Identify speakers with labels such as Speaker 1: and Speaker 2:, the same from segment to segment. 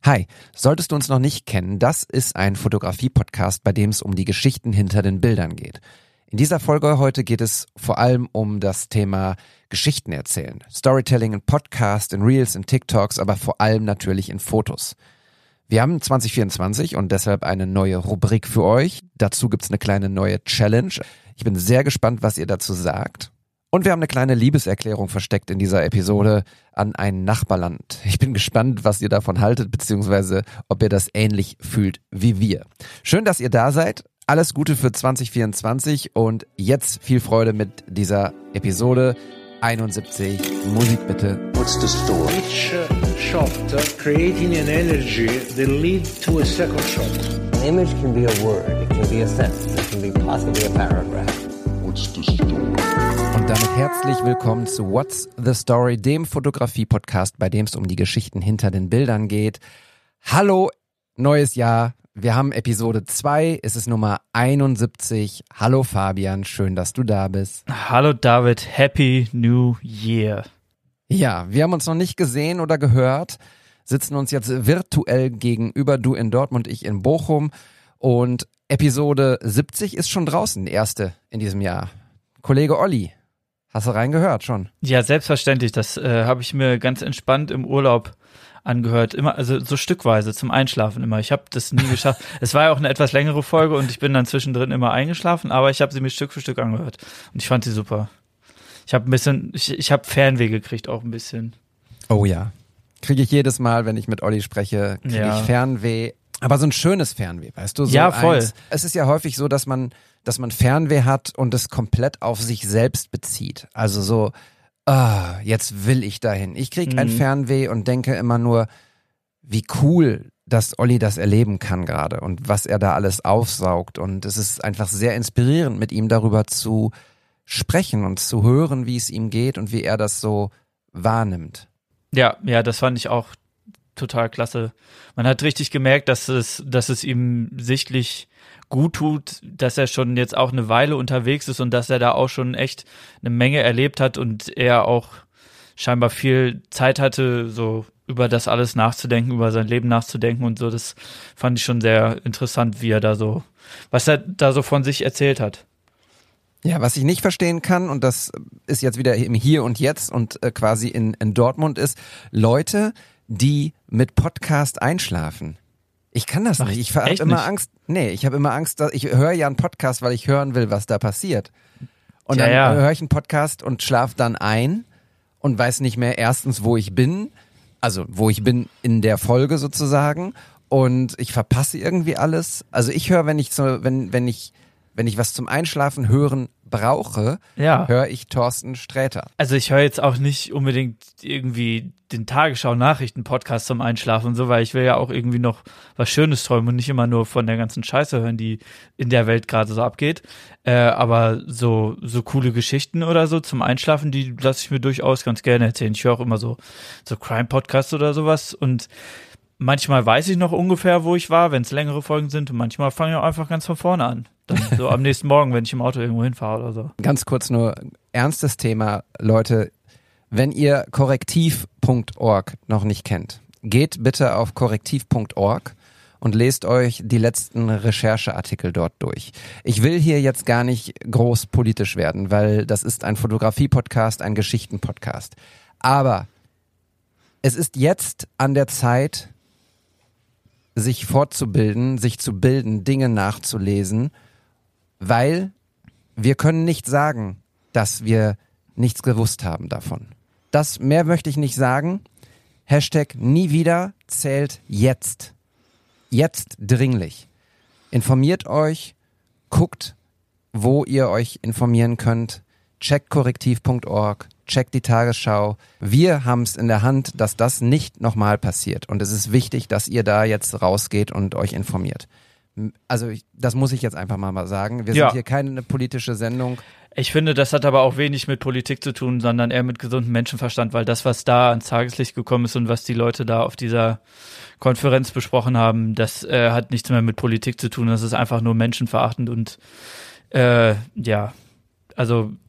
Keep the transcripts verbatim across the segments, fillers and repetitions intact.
Speaker 1: Hi, solltest du uns noch nicht kennen, das ist ein Fotografie-Podcast, bei dem es um die Geschichten hinter den Bildern geht. In dieser Folge heute geht es vor allem um das Thema Geschichten erzählen. Storytelling in Podcast, in Reels, in TikToks, aber vor allem natürlich in Fotos. Wir haben zwanzig vierundzwanzig und deshalb eine neue Rubrik für euch. Dazu gibt's eine kleine neue Challenge. Ich bin sehr gespannt, was ihr dazu sagt. Und wir haben eine kleine Liebeserklärung versteckt in dieser Episode an ein Nachbarland. Ich bin gespannt, was ihr davon haltet, beziehungsweise ob ihr das ähnlich fühlt wie wir. Schön, dass ihr da seid. Alles Gute für zwanzig vierundzwanzig und jetzt viel Freude mit dieser Episode einundsiebzig. Musik bitte.
Speaker 2: What's the story?
Speaker 3: Each uh, shot uh, creating an energy that leads to a second shot.
Speaker 4: An image can be a word, it can be a sentence, it can be possibly a paragraph.
Speaker 2: What's the story?
Speaker 1: Und damit herzlich willkommen zu What's the Story, dem Fotografie-Podcast, bei dem es um die Geschichten hinter den Bildern geht. Hallo, neues Jahr. Wir haben Episode zwei, es ist Nummer einundsiebzig. Hallo Fabian, schön, dass du da bist.
Speaker 5: Hallo David, Happy New Year.
Speaker 1: Ja, wir haben uns noch nicht gesehen oder gehört, sitzen uns jetzt virtuell gegenüber, du in Dortmund, ich in Bochum. Und Episode siebzig ist schon draußen, die erste in diesem Jahr. Kollege Olli, hast du reingehört schon?
Speaker 5: Ja, selbstverständlich, das äh, habe ich mir ganz entspannt im Urlaub angehört, immer, also so stückweise zum Einschlafen immer. Ich habe das nie geschafft. Es war ja auch eine etwas längere Folge und ich bin dann zwischendrin immer eingeschlafen, aber ich habe sie mir Stück für Stück angehört und ich fand sie super. Ich habe ein bisschen, ich, ich habe Fernweh gekriegt auch ein bisschen.
Speaker 1: Oh ja, kriege ich jedes Mal, wenn ich mit Olli spreche, kriege
Speaker 5: Ja.
Speaker 1: ich Fernweh. Aber so ein schönes Fernweh, weißt du? So
Speaker 5: Ja, voll.
Speaker 1: Eins. Es ist ja häufig so, dass man, dass man Fernweh hat und es komplett auf sich selbst bezieht. Also so, ah, jetzt will ich dahin. Ich kriege
Speaker 5: Mhm.
Speaker 1: ein Fernweh und denke immer nur, wie cool, dass Olli das erleben kann gerade und was er da alles aufsaugt. Und es ist einfach sehr inspirierend, mit ihm darüber zu sprechen und zu hören, wie es ihm geht und wie er das so wahrnimmt.
Speaker 5: Ja, ja, das fand ich auch total klasse. Man hat richtig gemerkt, dass es, dass es ihm sichtlich gut tut, dass er schon jetzt auch eine Weile unterwegs ist und dass er da auch schon echt eine Menge erlebt hat und er auch scheinbar viel Zeit hatte, so über das alles nachzudenken, über sein Leben nachzudenken und so. Das fand ich schon sehr interessant, wie er da so, was er da so von sich erzählt hat.
Speaker 1: Ja, was ich nicht verstehen kann, und das ist jetzt wieder im Hier und Jetzt und äh, quasi in, in Dortmund, ist Leute, die mit Podcast einschlafen. Ich kann das
Speaker 5: Ach,
Speaker 1: nicht. Ich habe
Speaker 5: echt
Speaker 1: immer
Speaker 5: nicht?
Speaker 1: Angst. Nee, ich habe immer Angst, dass ich höre ja einen Podcast, weil ich hören will, was da passiert. Und
Speaker 5: Ja,
Speaker 1: dann
Speaker 5: ja.
Speaker 1: höre ich einen Podcast und schlafe dann ein und weiß nicht mehr erstens, wo ich bin, also wo ich bin in der Folge sozusagen, und ich verpasse irgendwie alles. Also ich höre, wenn ich so, wenn wenn ich wenn ich was zum Einschlafen hören brauche,
Speaker 5: Ja.
Speaker 1: höre ich Thorsten Sträter.
Speaker 5: Also ich höre jetzt auch nicht unbedingt irgendwie den Tagesschau-Nachrichten-Podcast zum Einschlafen und so, weil ich will ja auch irgendwie noch was Schönes träumen und nicht immer nur von der ganzen Scheiße hören, die in der Welt gerade so abgeht. Äh, aber so so coole Geschichten oder so zum Einschlafen, die lasse ich mir durchaus ganz gerne erzählen. Ich höre auch immer so so Crime-Podcasts oder sowas und manchmal weiß ich noch ungefähr, wo ich war, wenn es längere Folgen sind, und manchmal fange ich auch einfach ganz von vorne an. Dann so am nächsten Morgen, wenn ich im Auto irgendwo hinfahre oder so.
Speaker 1: Ganz kurz nur, ernstes Thema, Leute, wenn ihr korrektiv punkt org noch nicht kennt, geht bitte auf korrektiv punkt org und lest euch die letzten Rechercheartikel dort durch. Ich will hier jetzt gar nicht groß politisch werden, weil das ist ein Fotografie-Podcast, ein Geschichten-Podcast. Aber es ist jetzt an der Zeit, sich fortzubilden, sich zu bilden, Dinge nachzulesen, weil wir können nicht sagen, dass wir nichts gewusst haben davon. Das mehr möchte ich nicht sagen. Hashtag nie wieder zählt jetzt. Jetzt dringlich. Informiert euch, guckt, wo ihr euch informieren könnt. Checkt korrektiv punkt org, checkt die Tagesschau. Wir haben es in der Hand, dass das nicht nochmal passiert. Und es ist wichtig, dass ihr da jetzt rausgeht und euch informiert. Also ich, das muss ich jetzt einfach mal sagen. Wir
Speaker 5: Ja.
Speaker 1: sind hier keine politische Sendung.
Speaker 5: Ich finde, das hat aber auch wenig mit Politik zu tun, sondern eher mit gesundem Menschenverstand, weil das, was da ans Tageslicht gekommen ist und was die Leute da auf dieser Konferenz besprochen haben, das äh, hat nichts mehr mit Politik zu tun. Das ist einfach nur menschenverachtend und äh, ja, also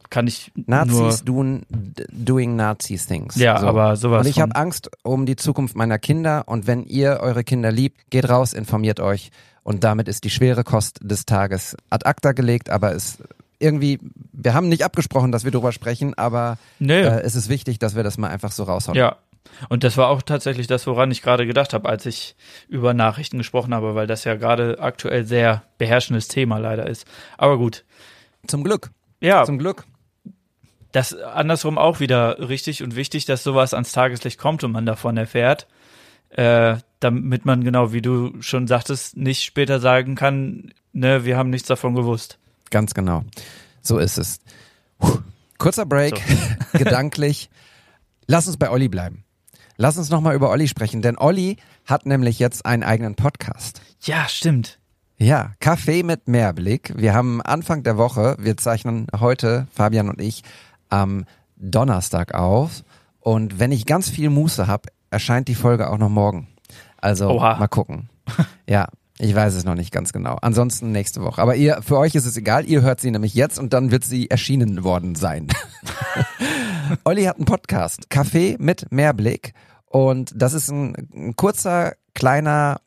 Speaker 5: kann ich
Speaker 1: Nazis
Speaker 5: nur...
Speaker 1: doing, doing Nazis things.
Speaker 5: Ja,
Speaker 1: so.
Speaker 5: aber sowas
Speaker 1: Und ich
Speaker 5: von-
Speaker 1: habe Angst um die Zukunft meiner Kinder und wenn ihr eure Kinder liebt, geht raus, informiert euch und damit ist die schwere Kost des Tages ad acta gelegt, aber es irgendwie, wir haben nicht abgesprochen, dass wir drüber sprechen, aber
Speaker 5: Nee.
Speaker 1: äh, es ist wichtig, dass wir das mal einfach so raushauen.
Speaker 5: Ja, und das war auch tatsächlich das, woran ich gerade gedacht habe, als ich über Nachrichten gesprochen habe, weil das ja gerade aktuell sehr beherrschendes Thema leider ist. Aber gut,
Speaker 1: Zum Glück,
Speaker 5: ja,
Speaker 1: zum Glück.
Speaker 5: das andersrum auch wieder richtig und wichtig, dass sowas ans Tageslicht kommt und man davon erfährt, äh, damit man genau, wie du schon sagtest, nicht später sagen kann, ne, wir haben nichts davon gewusst.
Speaker 1: Ganz genau. So ist es. Puh. Kurzer Break, gedanklich. Lass uns bei Olli bleiben. Lass uns nochmal über Olli sprechen, denn Olli hat nämlich jetzt einen eigenen Podcast.
Speaker 5: Ja, stimmt.
Speaker 1: Ja, Kaffee mit Mehrblick. Wir haben Anfang der Woche, wir zeichnen heute, Fabian und ich, am Donnerstag auf. Und wenn ich ganz viel Muße habe, erscheint die Folge auch noch morgen. Also
Speaker 5: Oha.
Speaker 1: mal gucken. Ja, ich weiß es noch nicht ganz genau. Ansonsten nächste Woche. Aber ihr, für euch ist es egal, ihr hört sie nämlich jetzt und dann wird sie erschienen worden sein. Olli hat einen Podcast, Kaffee mit Mehrblick. Und das ist ein, ein kurzer, kleiner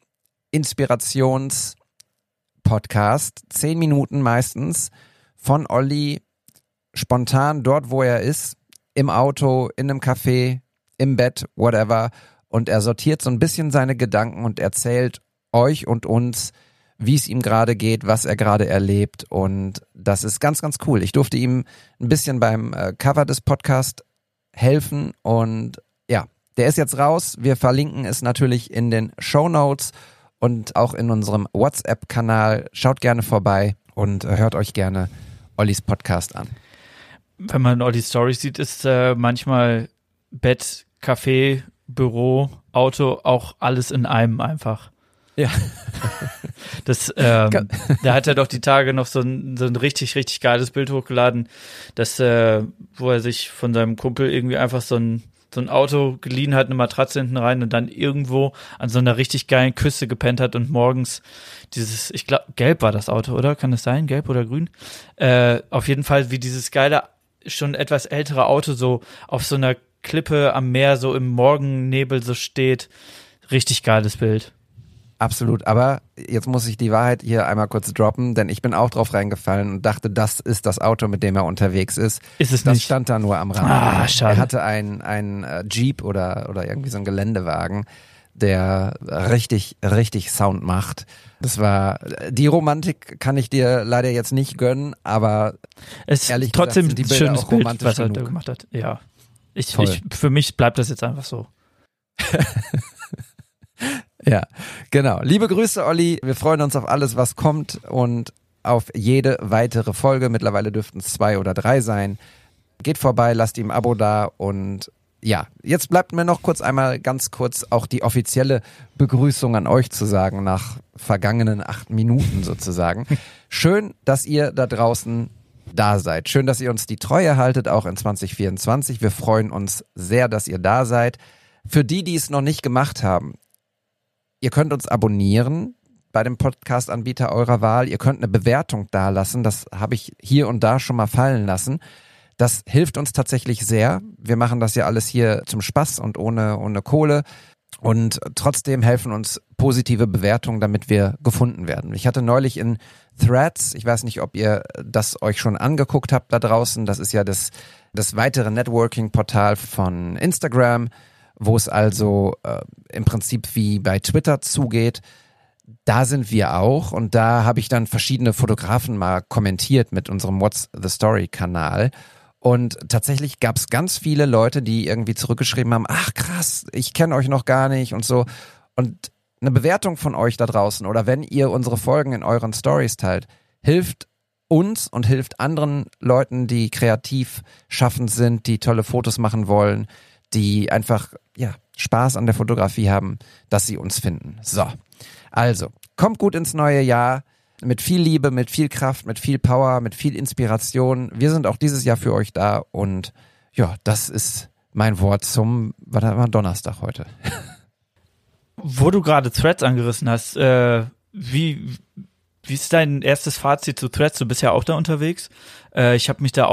Speaker 1: Inspirations-Podcast, zehn Minuten meistens, von Olli, spontan dort, wo er ist, im Auto, in einem Café, im Bett, whatever. Und er sortiert so ein bisschen seine Gedanken und erzählt euch und uns, wie es ihm gerade geht, was er gerade erlebt. Und das ist ganz, ganz cool. Ich durfte ihm ein bisschen beim äh, Cover des Podcasts helfen und ja, der ist jetzt raus. Wir verlinken es natürlich in den Shownotes und auch in unserem WhatsApp-Kanal. Schaut gerne vorbei und äh, hört euch gerne Ollis Podcast an.
Speaker 5: Wenn man Olli Stories sieht, ist äh, manchmal Bett, Café, Büro, Auto auch alles in einem einfach.
Speaker 1: Ja.
Speaker 5: Das, ähm, da hat er doch die Tage noch so ein, so ein richtig, richtig geiles Bild hochgeladen, dass, äh, wo er sich von seinem Kumpel irgendwie einfach so ein, so ein Auto geliehen hat, eine Matratze hinten rein und dann irgendwo an so einer richtig geilen Küste gepennt hat und morgens dieses, ich glaube, gelb war das Auto, oder? Kann das sein? Gelb oder grün? Äh, auf jeden Fall wie dieses geile, schon etwas ältere Auto so auf so einer Klippe am Meer so im Morgennebel so steht. Richtig geiles Bild.
Speaker 1: Absolut, aber jetzt muss ich die Wahrheit hier einmal kurz droppen, denn ich bin auch drauf reingefallen und dachte, das ist das Auto, mit dem er unterwegs ist.
Speaker 5: Ist es
Speaker 1: das
Speaker 5: nicht?
Speaker 1: stand da nur am Rand.
Speaker 5: Ah, schade.
Speaker 1: Er hatte ein, ein äh, Jeep oder, oder irgendwie so ein Geländewagen, der richtig, richtig Sound macht. Das war, die Romantik kann ich dir leider jetzt nicht gönnen, aber
Speaker 5: Es ist
Speaker 1: ehrlich
Speaker 5: trotzdem
Speaker 1: gesagt sind die
Speaker 5: ein
Speaker 1: Bilder
Speaker 5: schönes
Speaker 1: auch
Speaker 5: Bild,
Speaker 1: romantisch
Speaker 5: was er da
Speaker 1: genug.
Speaker 5: gemacht hat. Ja. Ich,
Speaker 1: Voll.
Speaker 5: ich, für mich bleibt das jetzt einfach so.
Speaker 1: Ja, genau. Liebe Grüße, Olli. Wir freuen uns auf alles, was kommt und auf jede weitere Folge. Mittlerweile dürften es zwei oder drei sein. Geht vorbei, lasst ihm ein Abo da und ja, jetzt bleibt mir noch kurz einmal ganz kurz auch die offizielle Begrüßung an euch zu sagen, nach vergangenen acht Minuten sozusagen. Schön, dass ihr da draußen da seid. Schön, dass ihr uns die Treue haltet, auch in zwanzig vierundzwanzig. Wir freuen uns sehr, dass ihr da seid. Für die, die es noch nicht gemacht haben, ihr könnt uns abonnieren bei dem Podcast-Anbieter eurer Wahl. Ihr könnt eine Bewertung dalassen. Das habe ich hier und da schon mal fallen lassen. Das hilft uns tatsächlich sehr. Wir machen das ja alles hier zum Spaß und ohne, ohne Kohle. Und trotzdem helfen uns positive Bewertungen, damit wir gefunden werden. Ich hatte neulich in Threads, ich weiß nicht, ob ihr das euch schon angeguckt habt da draußen, das ist ja das, das weitere Networking-Portal von Instagram, wo es also äh, im Prinzip wie bei Twitter zugeht. Da sind wir auch und da habe ich dann verschiedene Fotografen mal kommentiert mit unserem What's the Story-Kanal. Und tatsächlich gab es ganz viele Leute, die irgendwie zurückgeschrieben haben, ach krass, ich kenne euch noch gar nicht und so. Und eine Bewertung von euch da draußen oder wenn ihr unsere Folgen in euren Stories teilt, hilft uns und hilft anderen Leuten, die kreativ schaffend sind, die tolle Fotos machen wollen, die einfach ja Spaß an der Fotografie haben, dass sie uns finden. So, also, kommt gut ins neue Jahr. Mit viel Liebe, mit viel Kraft, mit viel Power, mit viel Inspiration. Wir sind auch dieses Jahr für euch da und ja, das ist mein Wort zum, was war Donnerstag heute.
Speaker 5: Wo du gerade Threads angerissen hast, äh, wie, wie ist dein erstes Fazit zu Threads? Du bist ja auch da unterwegs. Äh, ich habe mich da auch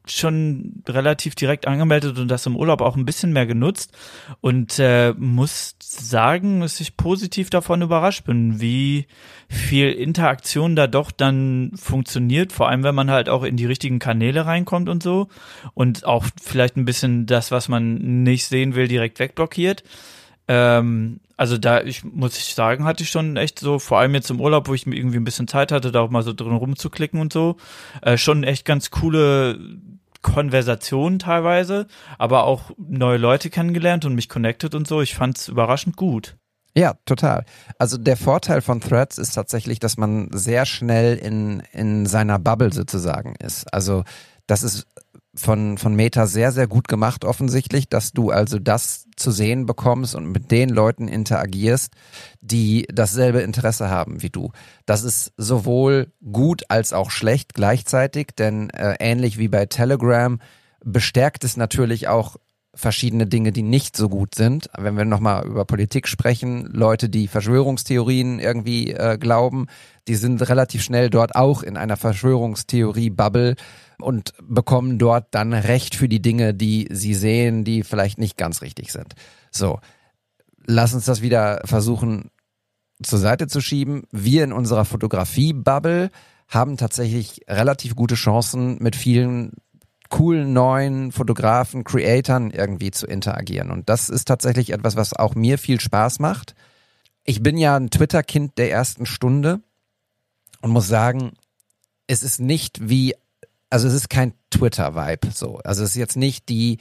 Speaker 5: schon relativ direkt angemeldet und das im Urlaub auch ein bisschen mehr genutzt und äh, muss sagen, dass ich positiv davon überrascht bin, wie viel Interaktion da doch dann funktioniert, vor allem wenn man halt auch in die richtigen Kanäle reinkommt und so und auch vielleicht ein bisschen das, was man nicht sehen will, direkt wegblockiert. Ähm, also da, ich muss ich sagen, hatte ich schon echt so, vor allem jetzt im Urlaub, wo ich irgendwie ein bisschen Zeit hatte, da auch mal so drin rumzuklicken und so, äh, schon echt ganz coole Konversationen teilweise, aber auch neue Leute kennengelernt und mich connected und so. Ich fand's überraschend gut.
Speaker 1: Ja, total. Also der Vorteil von Threads ist tatsächlich, dass man sehr schnell in, in seiner Bubble sozusagen ist. Also das ist von, von Meta sehr, sehr gut gemacht offensichtlich, dass du also das zu sehen bekommst und mit den Leuten interagierst, die dasselbe Interesse haben wie du. Das ist sowohl gut als auch schlecht gleichzeitig, denn äh, ähnlich wie bei Telegram bestärkt es natürlich auch verschiedene Dinge, die nicht so gut sind. Wenn wir nochmal über Politik sprechen, Leute, die Verschwörungstheorien irgendwie äh, glauben, die sind relativ schnell dort auch in einer Verschwörungstheorie-Bubble und bekommen dort dann Recht für die Dinge, die sie sehen, die vielleicht nicht ganz richtig sind. So, lass uns das wieder versuchen zur Seite zu schieben. Wir in unserer Fotografie-Bubble haben tatsächlich relativ gute Chancen, mit vielen coolen neuen Fotografen, Creatoren irgendwie zu interagieren. Und das ist tatsächlich etwas, was auch mir viel Spaß macht. Ich bin ja ein Twitter-Kind der ersten Stunde und muss sagen, es ist nicht wie, also es ist kein Twitter-Vibe so. Also es ist jetzt nicht die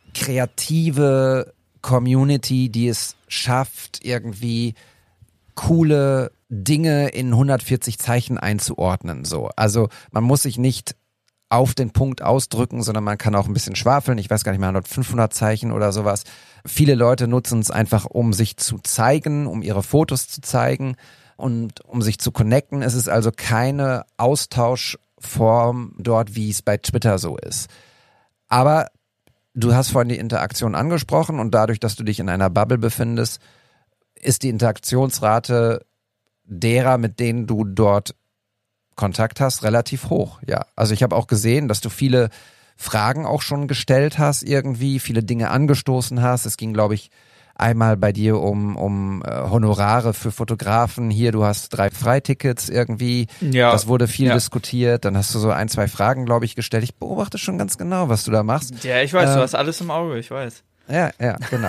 Speaker 1: kreative Community, die es schafft, irgendwie coole Dinge in hundertvierzig Zeichen einzuordnen. So. Also man muss sich nicht auf den Punkt ausdrücken, sondern man kann auch ein bisschen schwafeln. Ich weiß gar nicht mehr, fünfhundert Zeichen oder sowas. Viele Leute nutzen es einfach, um sich zu zeigen, um ihre Fotos zu zeigen und um sich zu connecten. Es ist also keine Austauschform dort, wie es bei Twitter so ist. Aber du hast vorhin die Interaktion angesprochen und dadurch, dass du dich in einer Bubble befindest, ist die Interaktionsrate derer, mit denen du dort Kontakt hast, relativ hoch, ja. Also ich habe auch gesehen, dass du viele Fragen auch schon gestellt hast irgendwie, viele Dinge angestoßen hast. Es ging, glaube ich, einmal bei dir um, um äh, Honorare für Fotografen. Hier, du hast drei Freitickets irgendwie. Ja. Das wurde viel ja. diskutiert. Dann hast du so ein, zwei Fragen, glaube ich, gestellt. Ich beobachte schon ganz genau, was du da machst.
Speaker 5: Ja, ich weiß, ähm,
Speaker 1: du
Speaker 5: hast alles im Auge, ich weiß.
Speaker 1: Ja, ja, genau.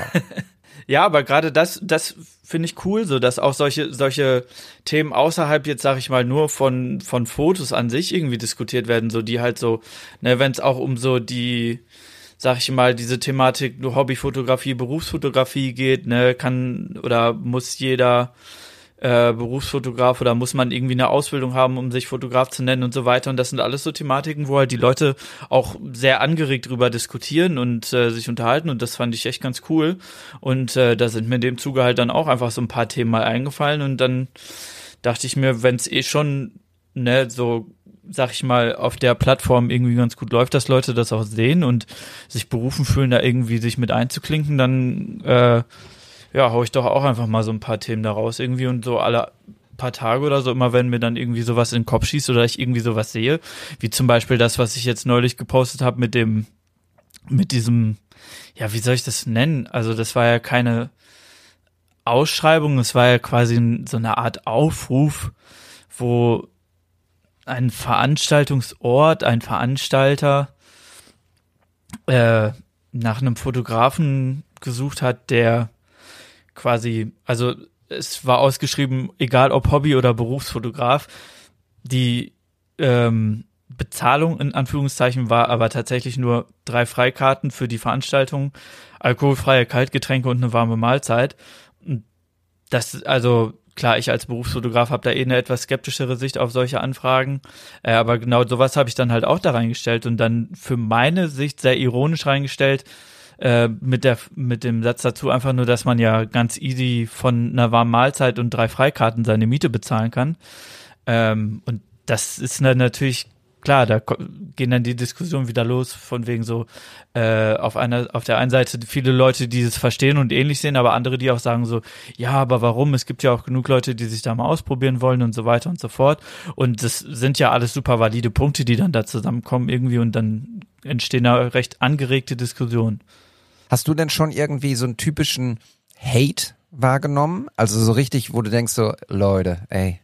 Speaker 5: Ja, aber gerade das, das finde ich cool, so dass auch solche solche Themen außerhalb jetzt, sag ich mal, nur von von Fotos an sich irgendwie diskutiert werden, so die halt so, ne, wenn es auch um so die, sag ich mal, diese Thematik Hobbyfotografie, Berufsfotografie geht, ne, kann oder muss jeder äh, Berufsfotograf oder muss man irgendwie eine Ausbildung haben, um sich Fotograf zu nennen und so weiter. Und das sind alles so Thematiken, wo halt die Leute auch sehr angeregt drüber diskutieren und äh, sich unterhalten. Und das fand ich echt ganz cool. Und äh, da sind mir in dem Zuge halt dann auch einfach so ein paar Themen mal eingefallen. Und dann dachte ich mir, wenn es eh schon, ne, so, sag ich mal, auf der Plattform irgendwie ganz gut läuft, dass Leute das auch sehen und sich berufen fühlen, da irgendwie sich mit einzuklinken, dann äh, ja, hau ich doch auch einfach mal so ein paar Themen da raus irgendwie und so alle paar Tage oder so, immer wenn mir dann irgendwie sowas in den Kopf schießt oder ich irgendwie sowas sehe, wie zum Beispiel das, was ich jetzt neulich gepostet habe mit dem, mit diesem, ja, wie soll ich das nennen? Also das war ja keine Ausschreibung, es war ja quasi so eine Art Aufruf, wo ein Veranstaltungsort, ein Veranstalter äh, nach einem Fotografen gesucht hat, der quasi, also es war ausgeschrieben, egal ob Hobby- oder Berufsfotograf, die ähm, Bezahlung in Anführungszeichen war aber tatsächlich nur drei Freikarten für die Veranstaltung, alkoholfreie Kaltgetränke und eine warme Mahlzeit. Das, also klar, ich als Berufsfotograf habe da eh eine etwas skeptischere Sicht auf solche Anfragen, äh, aber genau sowas habe ich dann halt auch da reingestellt und dann für meine Sicht sehr ironisch reingestellt, Äh, mit der mit dem Satz dazu einfach nur, dass man ja ganz easy von einer warmen Mahlzeit und drei Freikarten seine Miete bezahlen kann. Ähm, und das ist dann natürlich klar, da ko- gehen dann die Diskussionen wieder los, von wegen so, äh, auf einer, auf der einen Seite viele Leute, die es verstehen und ähnlich sehen, aber andere, die auch sagen so, ja, aber warum? Es gibt ja auch genug Leute, die sich da mal ausprobieren wollen und so weiter und so fort. Und das sind ja alles super valide Punkte, die dann da zusammenkommen irgendwie und dann entstehen da recht angeregte Diskussionen.
Speaker 1: Hast du denn schon irgendwie so einen typischen Hate wahrgenommen? Also so richtig, wo du denkst so, Leute, ey.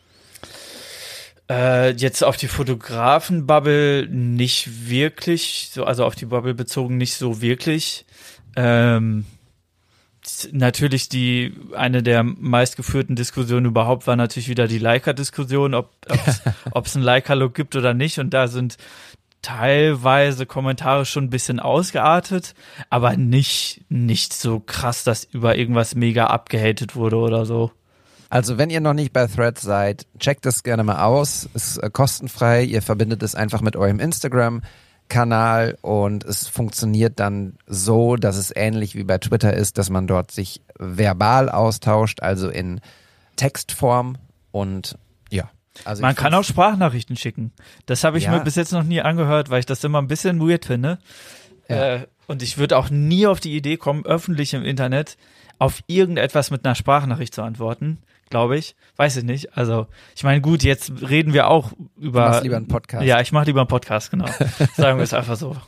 Speaker 5: Äh, jetzt auf die Fotografen-Bubble nicht wirklich, so, also auf die Bubble bezogen nicht so wirklich. Ähm, s- natürlich die, eine der meistgeführten Diskussionen überhaupt war natürlich wieder die Leica-Diskussion, ob ob es einen Leica-Look gibt oder nicht, und da sind teilweise Kommentare schon ein bisschen ausgeartet, aber nicht, nicht so krass, dass über irgendwas mega abgehatet wurde oder so.
Speaker 1: Also wenn ihr noch nicht bei Threads seid, checkt es gerne mal aus. Ist äh, kostenfrei. Ihr verbindet es einfach mit eurem Instagram-Kanal und es funktioniert dann so, dass es ähnlich wie bei Twitter ist, dass man dort sich verbal austauscht, also in Textform und ja. Also
Speaker 5: Man
Speaker 1: ich
Speaker 5: kann
Speaker 1: find's-
Speaker 5: auch Sprachnachrichten schicken. Das habe ich
Speaker 1: Ja.
Speaker 5: mir bis jetzt noch nie angehört, weil ich das immer ein bisschen weird finde.
Speaker 1: Ja.
Speaker 5: Äh, und ich würde auch nie auf die Idee kommen, öffentlich im Internet auf irgendetwas mit einer Sprachnachricht zu antworten, glaube ich. Weiß ich nicht. Also, ich meine, gut, jetzt reden wir auch über...
Speaker 1: Du machst lieber einen Podcast.
Speaker 5: Ja, ich mache lieber einen Podcast, genau. Sagen wir es einfach so.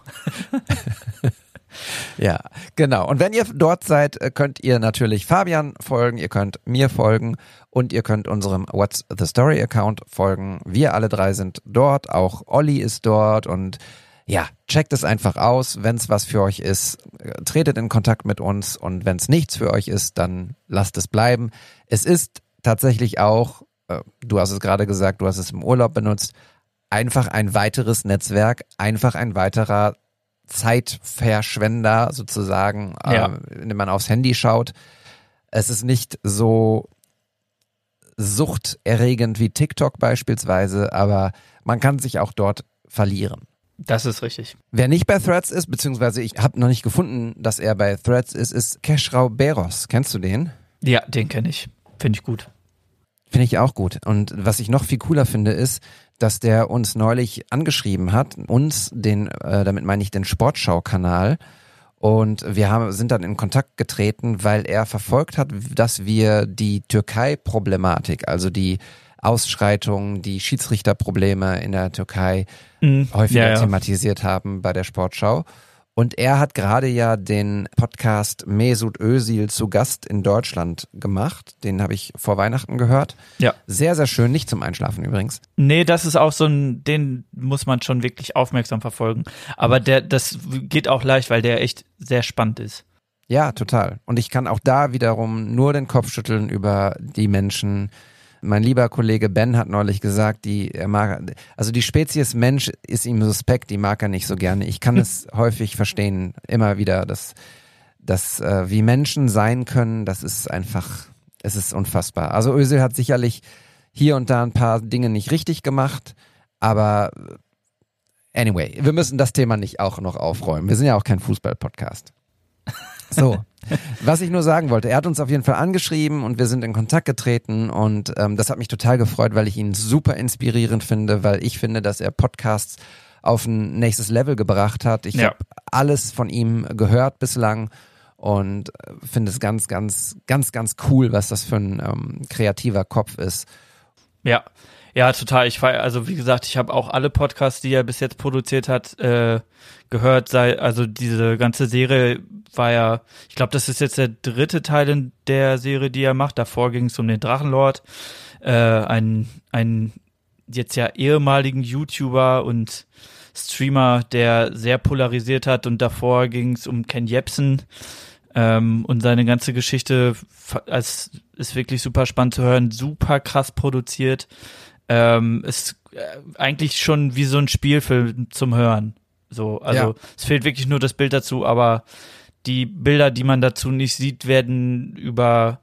Speaker 1: Ja, genau. Und wenn ihr dort seid, äh, könnt ihr natürlich Fabian folgen, ihr könnt mir folgen und ihr könnt unserem What's the Story Account folgen. Wir alle drei sind dort, auch Olli ist dort und ja, checkt es einfach aus. Wenn es was für euch ist, äh, tretet in Kontakt mit uns und wenn es nichts für euch ist, dann lasst es bleiben. Es ist tatsächlich auch, äh, du hast es gerade gesagt, du hast es im Urlaub benutzt, einfach ein weiteres Netzwerk, einfach ein weiterer Zeitverschwender sozusagen,
Speaker 5: Ja.
Speaker 1: äh, wenn man aufs Handy schaut. Es ist nicht so suchterregend wie TikTok beispielsweise, aber man kann sich auch dort verlieren.
Speaker 5: Das ist richtig.
Speaker 1: Wer nicht bei Threads ist, beziehungsweise ich habe noch nicht gefunden, dass er bei Threads ist, ist Keshrau Beros. Kennst du den?
Speaker 5: Ja, den kenne ich. Finde ich gut.
Speaker 1: Finde ich auch gut. Und was ich noch viel cooler finde, ist, dass der uns neulich angeschrieben hat, uns, den, äh, damit meine ich den Sportschau-Kanal. Und wir haben, sind dann in Kontakt getreten, weil er verfolgt hat, dass wir die Türkei-Problematik, also die Ausschreitungen, die Schiedsrichterprobleme in der Türkei
Speaker 5: Mhm.
Speaker 1: häufiger
Speaker 5: Ja, ja.
Speaker 1: thematisiert haben bei der Sportschau. Und er hat gerade ja den Podcast Mesut Özil zu Gast in Deutschland gemacht. Den habe ich vor Weihnachten gehört.
Speaker 5: Ja.
Speaker 1: Sehr, sehr schön. Nicht zum Einschlafen übrigens.
Speaker 5: Nee, das ist auch so ein, den muss man schon wirklich aufmerksam verfolgen. Aber der, das geht auch leicht, weil der echt sehr spannend ist.
Speaker 1: Ja, total. Und ich kann auch da wiederum nur den Kopf schütteln über die Menschen. Mein lieber Kollege Ben hat neulich gesagt, die er mag, also die Spezies Mensch ist ihm suspekt, die mag er nicht so gerne. Ich kann es häufig verstehen, immer wieder, dass, dass äh, wie Menschen sein können, das ist einfach, es ist unfassbar. Also Özil hat sicherlich hier und da ein paar Dinge nicht richtig gemacht, aber anyway, wir müssen das Thema nicht auch noch aufräumen. Wir sind ja auch kein Fußball-Podcast. So, was ich nur sagen wollte, er hat uns auf jeden Fall angeschrieben und wir sind in Kontakt getreten und ähm, das hat mich total gefreut, weil ich ihn super inspirierend finde, weil ich finde, dass er Podcasts auf ein nächstes Level gebracht hat. Ich
Speaker 5: Ja.
Speaker 1: habe alles von ihm gehört bislang und äh, finde es ganz, ganz, ganz, ganz cool, was das für ein ähm, kreativer Kopf ist.
Speaker 5: Ja, ja, total. Ich feier, also wie gesagt, ich habe auch alle Podcasts, die er bis jetzt produziert hat, äh, gehört. Sei, also diese ganze Serie war ja, ich glaube, das ist jetzt der dritte Teil in der Serie, die er macht. Davor ging es um den Drachenlord, äh, ein, ein jetzt ja ehemaligen YouTuber und Streamer, der sehr polarisiert hat. Und davor ging es um Ken Jebsen. Ähm, und seine ganze Geschichte es ist wirklich super spannend zu hören, super krass produziert. Ähm, ist äh, eigentlich schon wie so ein Spielfilm zum Hören. So, also
Speaker 1: Ja.
Speaker 5: es fehlt wirklich nur das Bild dazu, aber die Bilder, die man dazu nicht sieht, werden über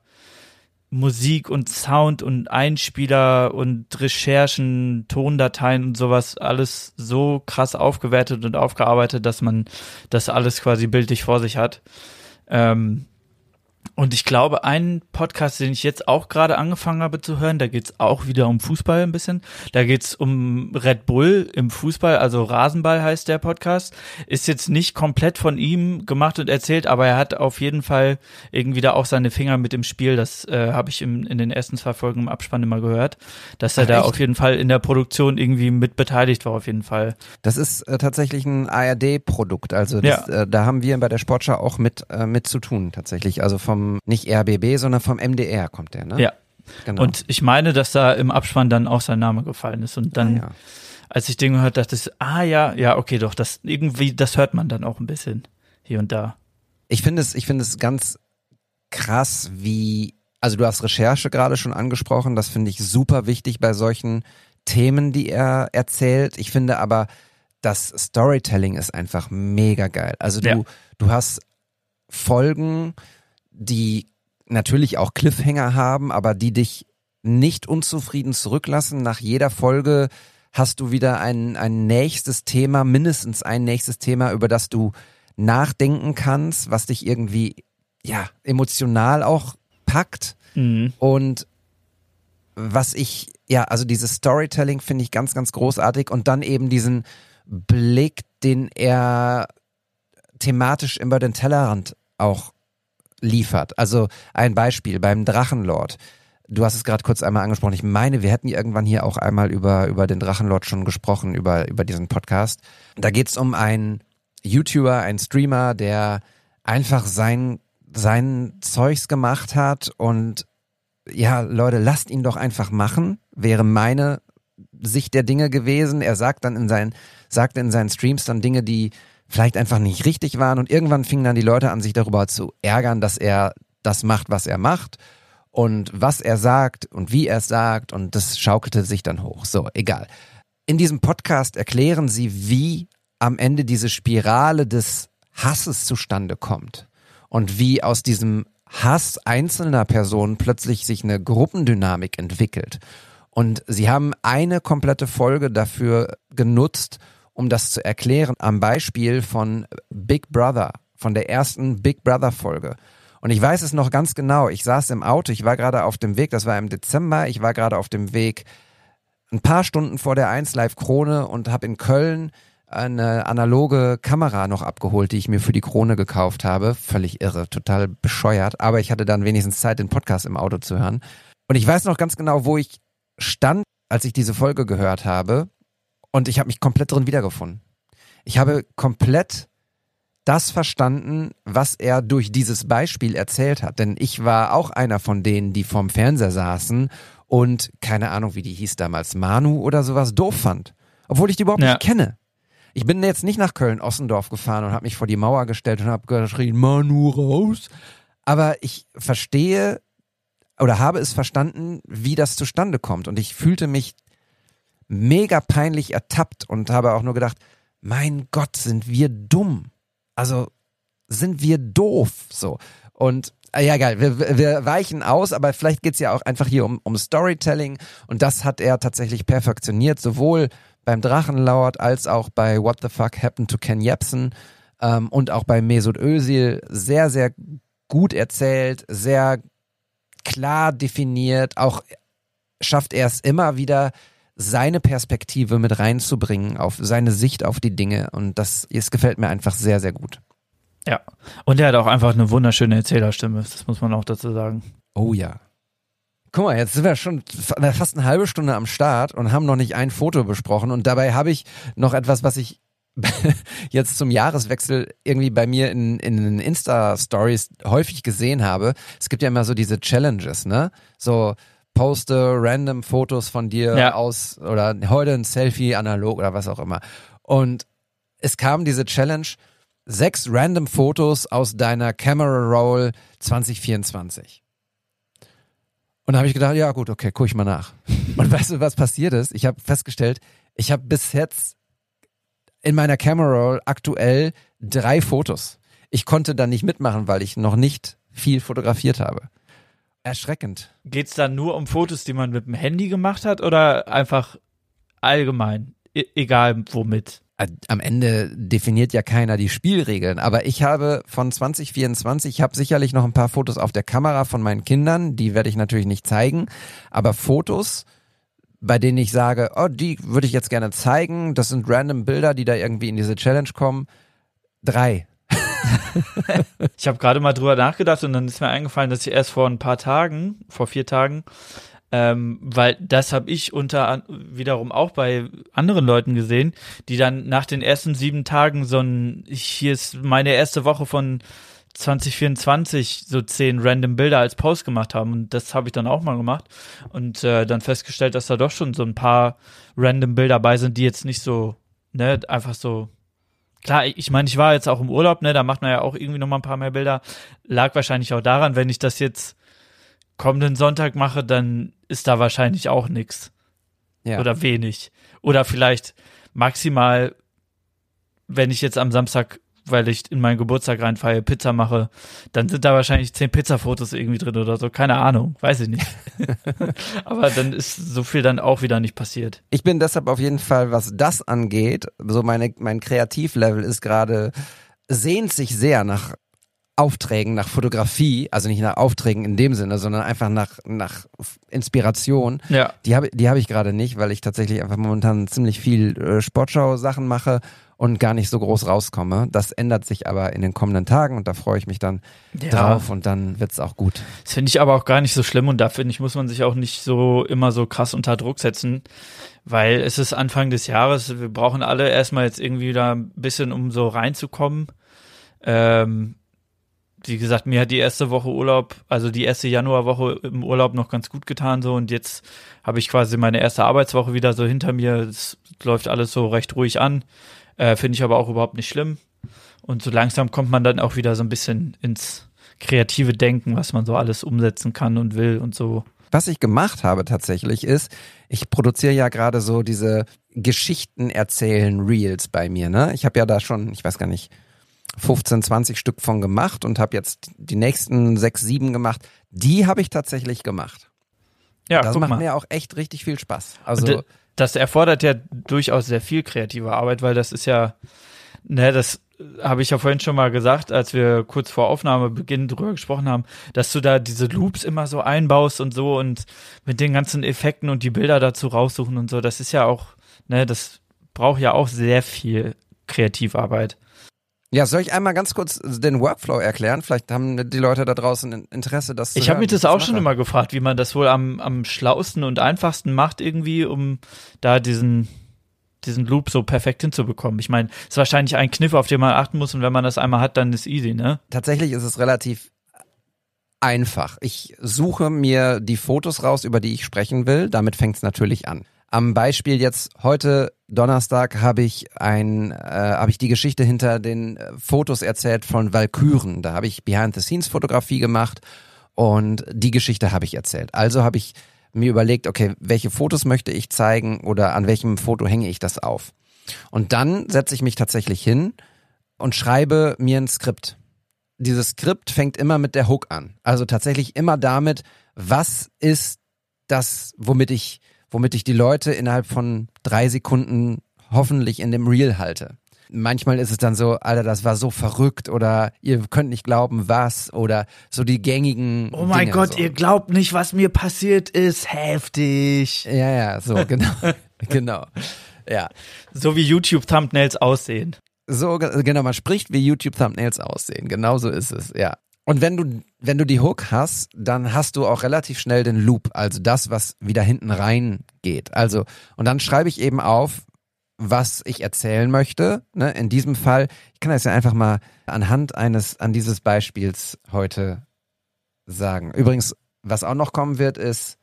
Speaker 5: Musik und Sound und Einspieler und Recherchen, Tondateien und sowas alles so krass aufgewertet und aufgearbeitet, dass man das alles quasi bildlich vor sich hat. Ähm, Und ich glaube, ein Podcast, den ich jetzt auch gerade angefangen habe zu hören, da geht's auch wieder um Fußball ein bisschen. Da geht's um Red Bull im Fußball, also Rasenball heißt der Podcast. Ist jetzt nicht komplett von ihm gemacht und erzählt, aber er hat auf jeden Fall irgendwie da auch seine Finger mit im Spiel. Das äh, habe ich im, in den ersten zwei Folgen im Abspann immer gehört, dass er
Speaker 1: Ach,
Speaker 5: da
Speaker 1: echt?
Speaker 5: auf jeden Fall in der Produktion irgendwie mit beteiligt war auf jeden Fall.
Speaker 1: Das ist äh, tatsächlich ein A R D-Produkt. Also das,
Speaker 5: Ja.
Speaker 1: äh, da haben wir bei der Sportschau auch mit, äh, mit zu tun tatsächlich. Also vom nicht R B B, sondern vom M D R kommt der, ne?
Speaker 5: Ja.
Speaker 1: Genau.
Speaker 5: Und ich meine, dass da im Abspann dann auch sein Name gefallen ist. Und dann,
Speaker 1: Ah, ja.
Speaker 5: als ich den gehört, dachte ich, ah ja, ja, okay, doch, das irgendwie, das hört man dann auch ein bisschen hier und da.
Speaker 1: Ich finde es, ich finde es ganz krass, wie, also du hast Recherche gerade schon angesprochen, das finde ich super wichtig bei solchen Themen, die er erzählt. Ich finde aber, das Storytelling ist einfach mega geil. Also du,
Speaker 5: Ja.
Speaker 1: du hast Folgen, die natürlich auch Cliffhanger haben, aber die dich nicht unzufrieden zurücklassen. Nach jeder Folge hast du wieder ein, ein nächstes Thema, mindestens ein nächstes Thema, über das du nachdenken kannst, was dich irgendwie, ja, emotional auch packt.
Speaker 5: Mhm.
Speaker 1: Und was ich, ja, also dieses Storytelling finde ich ganz, ganz großartig und dann eben diesen Blick, den er thematisch über den Tellerrand auch liefert. Also ein Beispiel beim Drachenlord. Du hast es gerade kurz einmal angesprochen. Ich meine, wir hätten irgendwann hier auch einmal über, über den Drachenlord schon gesprochen, über, über diesen Podcast. Da geht es um einen YouTuber, einen Streamer, der einfach sein, sein Zeugs gemacht hat und ja, Leute, lasst ihn doch einfach machen, wäre meine Sicht der Dinge gewesen. Er sagt dann in seinen, sagte in seinen Streams dann Dinge, die vielleicht einfach nicht richtig waren und irgendwann fingen dann die Leute an, sich darüber zu ärgern, dass er das macht, was er macht und was er sagt und wie er es sagt und das schaukelte sich dann hoch. So, egal. In diesem Podcast erklären sie, wie am Ende diese Spirale des Hasses zustande kommt und wie aus diesem Hass einzelner Personen plötzlich sich eine Gruppendynamik entwickelt. Und sie haben eine komplette Folge dafür genutzt, um das zu erklären, am Beispiel von Big Brother, von der ersten Big Brother Folge. Und ich weiß es noch ganz genau, ich saß im Auto, ich war gerade auf dem Weg, das war im Dezember, ich war gerade auf dem Weg ein paar Stunden vor der eins Live Krone und habe in Köln eine analoge Kamera noch abgeholt, die ich mir für die Krone gekauft habe. Völlig irre, total bescheuert, aber ich hatte dann wenigstens Zeit, den Podcast im Auto zu hören. Und ich weiß noch ganz genau, wo ich stand, als ich diese Folge gehört habe. Und ich habe mich komplett drin wiedergefunden. Ich habe komplett das verstanden, was er durch dieses Beispiel erzählt hat. Denn ich war auch einer von denen, die vorm Fernseher saßen und, keine Ahnung, wie die hieß damals, Manu oder sowas, doof fand. Obwohl ich die überhaupt
Speaker 5: Ja.
Speaker 1: nicht kenne. Ich bin jetzt nicht nach Köln-Ossendorf gefahren und habe mich vor die Mauer gestellt und habe geschrien, Manu raus. Aber ich verstehe oder habe es verstanden, wie das zustande kommt. Und ich fühlte mich mega peinlich ertappt und habe auch nur gedacht, mein Gott, sind wir dumm. Also sind wir doof. So. Und äh, ja, geil, wir, wir weichen aus, aber vielleicht geht's ja auch einfach hier um, um Storytelling und das hat er tatsächlich perfektioniert, sowohl beim Drachenlord als auch bei What the Fuck Happened to Ken Jebsen ähm, und auch bei Mesut Özil sehr, sehr gut erzählt, sehr klar definiert, auch schafft er es immer wieder, seine Perspektive mit reinzubringen, auf seine Sicht auf die Dinge und das, es gefällt mir einfach sehr, sehr gut.
Speaker 5: Ja, und er hat auch einfach eine wunderschöne Erzählerstimme, das muss man auch dazu sagen.
Speaker 1: Oh ja. Guck mal, jetzt sind wir schon fast eine halbe Stunde am Start und haben noch nicht ein Foto besprochen und dabei habe ich noch etwas, was ich jetzt zum Jahreswechsel irgendwie bei mir in, in den Insta-Stories häufig gesehen habe. Es gibt ja immer so diese Challenges, ne? So poste random Fotos von dir
Speaker 5: Ja.
Speaker 1: aus oder heute ein Selfie analog oder was auch immer. Und es kam diese Challenge, sechs random Fotos aus deiner Camera Roll zwanzig vierundzwanzig. Und da habe ich gedacht, ja gut, okay, guck ich mal nach. Und weißt du, was passiert ist? Ich habe festgestellt, ich habe bis jetzt in meiner Camera Roll aktuell drei Fotos. Ich konnte da nicht mitmachen, weil ich noch nicht viel fotografiert habe. Erschreckend.
Speaker 5: Geht's dann nur um Fotos, die man mit dem Handy gemacht hat oder einfach allgemein, e- egal womit?
Speaker 1: Am Ende definiert ja keiner die Spielregeln, aber ich habe von zwanzig vierundzwanzig, ich habe sicherlich noch ein paar Fotos auf der Kamera von meinen Kindern, die werde ich natürlich nicht zeigen, aber Fotos, bei denen ich sage, oh, die würde ich jetzt gerne zeigen, das sind random Bilder, die da irgendwie in diese Challenge kommen, drei.
Speaker 5: Ich habe gerade mal drüber nachgedacht und dann ist mir eingefallen, dass ich erst vor ein paar Tagen, vor vier Tagen, Ähm, weil das habe ich unter an, wiederum auch bei anderen Leuten gesehen, die dann nach den ersten sieben Tagen so ein, hier ist meine erste Woche von zwanzig vierundzwanzig, so zehn random Bilder als Post gemacht haben und das habe ich dann auch mal gemacht und äh, dann festgestellt, dass da doch schon so ein paar random Bilder dabei sind, die jetzt nicht so, ne, einfach so, klar, ich meine, ich war jetzt auch im Urlaub, ne, da macht man ja auch irgendwie noch mal ein paar mehr Bilder, lag wahrscheinlich auch daran, wenn ich das jetzt kommenden Sonntag mache, dann ist da wahrscheinlich auch nichts. Ja. Oder wenig. Oder vielleicht maximal, wenn ich jetzt am Samstag, weil ich in meinen Geburtstag reinfeiere, Pizza mache, dann sind da wahrscheinlich zehn Pizzafotos irgendwie drin oder so. Keine Ahnung, weiß ich nicht. Aber dann ist so viel dann auch wieder nicht passiert.
Speaker 1: Ich bin deshalb auf jeden Fall, was das angeht, so meine, mein Kreativlevel ist gerade, sehnt sich sehr nach Aufträgen, nach Fotografie, also nicht nach Aufträgen in dem Sinne, sondern einfach nach, nach Inspiration.
Speaker 5: Ja.
Speaker 1: Die habe die hab ich gerade nicht, weil ich tatsächlich einfach momentan ziemlich viel äh, Sportschau-Sachen mache und gar nicht so groß rauskomme. Das ändert sich aber in den kommenden Tagen und da freue ich mich dann ja. drauf und dann wird's auch gut.
Speaker 5: Das finde ich aber auch gar nicht so schlimm und da finde ich, muss man sich auch nicht so immer so krass unter Druck setzen, weil es ist Anfang des Jahres, wir brauchen alle erstmal jetzt irgendwie da ein bisschen, um so reinzukommen. Ähm, Wie gesagt, mir hat die erste Woche Urlaub, also die erste Januarwoche im Urlaub noch ganz gut getan so und jetzt habe ich quasi meine erste Arbeitswoche wieder so hinter mir. Es läuft alles so recht ruhig an, äh, finde ich aber auch überhaupt nicht schlimm. Und so langsam kommt man dann auch wieder so ein bisschen ins kreative Denken, was man so alles umsetzen kann und will und so.
Speaker 1: Was ich gemacht habe tatsächlich ist, ich produziere ja gerade so diese Geschichten erzählen Reels bei mir, ne? Ich habe ja da schon, ich weiß gar nicht, fünfzehn, zwanzig Stück von gemacht und habe jetzt die nächsten sechs, sieben gemacht. Die habe ich tatsächlich gemacht.
Speaker 5: Ja,
Speaker 1: das
Speaker 5: guck
Speaker 1: macht
Speaker 5: mal.
Speaker 1: mir auch echt richtig viel Spaß. Also
Speaker 5: d- das erfordert ja durchaus sehr viel kreative Arbeit, weil das ist ja, ne, das habe ich ja vorhin schon mal gesagt, als wir kurz vor Aufnahmebeginn drüber gesprochen haben, dass du da diese Loops immer so einbaust und so und mit den ganzen Effekten und die Bilder dazu raussuchen und so. Das ist ja auch, ne, das braucht ja auch sehr viel Kreativarbeit.
Speaker 1: Ja, soll ich einmal ganz kurz den Workflow erklären? Vielleicht haben die Leute da draußen Interesse, das zu
Speaker 5: Ich habe
Speaker 1: hören,
Speaker 5: mich das
Speaker 1: wie ich
Speaker 5: auch
Speaker 1: mache.
Speaker 5: schon immer gefragt, wie man das wohl am, am schlausten und einfachsten macht irgendwie, um da diesen, diesen Loop so perfekt hinzubekommen. Ich meine, es ist wahrscheinlich ein Kniff, auf den man achten muss und wenn man das einmal hat, dann ist easy, ne?
Speaker 1: Tatsächlich ist es relativ einfach. Ich suche mir die Fotos raus, über die ich sprechen will. Damit fängt es natürlich an. Am Beispiel jetzt heute Donnerstag habe ich ein, äh, habe ich die Geschichte hinter den äh, Fotos erzählt von Walküren. Da habe ich Behind-the-Scenes-Fotografie gemacht und die Geschichte habe ich erzählt. Also habe ich mir überlegt, okay, welche Fotos möchte ich zeigen oder an welchem Foto hänge ich das auf? Und dann setze ich mich tatsächlich hin und schreibe mir ein Skript. Dieses Skript fängt immer mit der Hook an. Also tatsächlich immer damit, was ist das, womit ich womit ich die Leute innerhalb von drei Sekunden hoffentlich in dem Reel halte. Manchmal ist es dann so, Alter, das war so verrückt oder ihr könnt nicht glauben, was oder so die gängigen
Speaker 5: Oh mein
Speaker 1: Dinge,
Speaker 5: Gott,
Speaker 1: so.
Speaker 5: ihr glaubt nicht, was mir passiert ist. Heftig.
Speaker 1: Ja, ja, so, genau. genau. Ja.
Speaker 5: So wie YouTube-Thumbnails aussehen.
Speaker 1: So, genau, man spricht, wie YouTube-Thumbnails aussehen. Genau so ist es, ja. Und wenn du, wenn du die Hook hast, dann hast du auch relativ schnell den Loop, also das, was wieder hinten rein geht. Also, und dann schreibe ich eben auf, was ich erzählen möchte. Ne? In diesem Fall, ich kann das ja einfach mal anhand eines, an dieses Beispiels heute sagen. Übrigens, was auch noch kommen wird, ist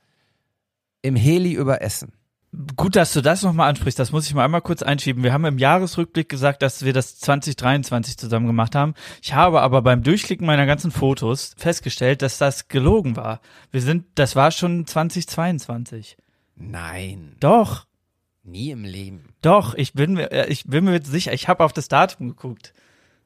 Speaker 1: im Heli über Essen.
Speaker 5: Gut, dass du das nochmal ansprichst, das muss ich mal einmal kurz einschieben. Wir haben im Jahresrückblick gesagt, dass wir das zwanzig dreiundzwanzig zusammen gemacht haben. Ich habe aber beim Durchklicken meiner ganzen Fotos festgestellt, dass das gelogen war. Wir sind, das war schon zwanzig zweiundzwanzig.
Speaker 1: Nein.
Speaker 5: Doch.
Speaker 1: Nie im Leben.
Speaker 5: Doch, ich bin mir, ich bin mir sicher, ich habe auf das Datum geguckt.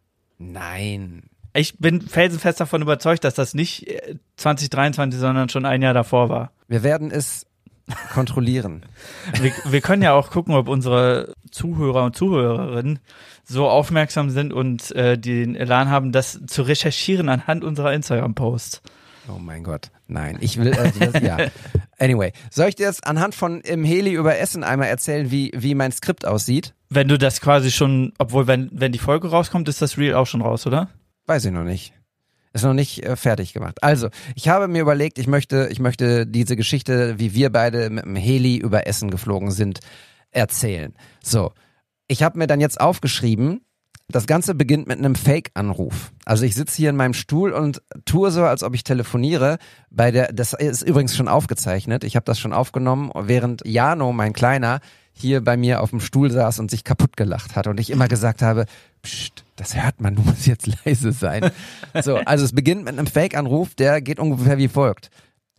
Speaker 1: Nein.
Speaker 5: Ich bin felsenfest davon überzeugt, dass das nicht zwanzig dreiundzwanzig, sondern schon ein Jahr davor war.
Speaker 1: Wir werden es kontrollieren.
Speaker 5: Wir, wir können ja auch gucken, ob unsere Zuhörer und Zuhörerinnen so aufmerksam sind und äh, den Elan haben, das zu recherchieren anhand unserer Instagram-Posts.
Speaker 1: Oh mein Gott, nein, ich will, also das, ja. Anyway, soll ich dir jetzt anhand von im Heli über Essen einmal erzählen, wie, wie mein Skript aussieht?
Speaker 5: Wenn du das quasi schon, obwohl wenn, wenn die Folge rauskommt, ist das Reel auch schon raus, oder?
Speaker 1: Weiß ich noch nicht. Ist noch nicht äh, fertig gemacht. Also, ich habe mir überlegt, ich möchte, ich möchte diese Geschichte, wie wir beide mit dem Heli über Essen geflogen sind, erzählen. So, ich habe mir dann jetzt aufgeschrieben, das Ganze beginnt mit einem Fake-Anruf. Also ich sitze hier in meinem Stuhl und tue so, als ob ich telefoniere. Bei der, das ist übrigens schon aufgezeichnet. Ich habe das schon aufgenommen, während Jano, mein Kleiner, hier bei mir auf dem Stuhl saß und sich kaputt gelacht hat und ich immer gesagt habe, pst, das hört man, du musst jetzt leise sein. So, also es beginnt mit einem Fake-Anruf, der geht ungefähr wie folgt.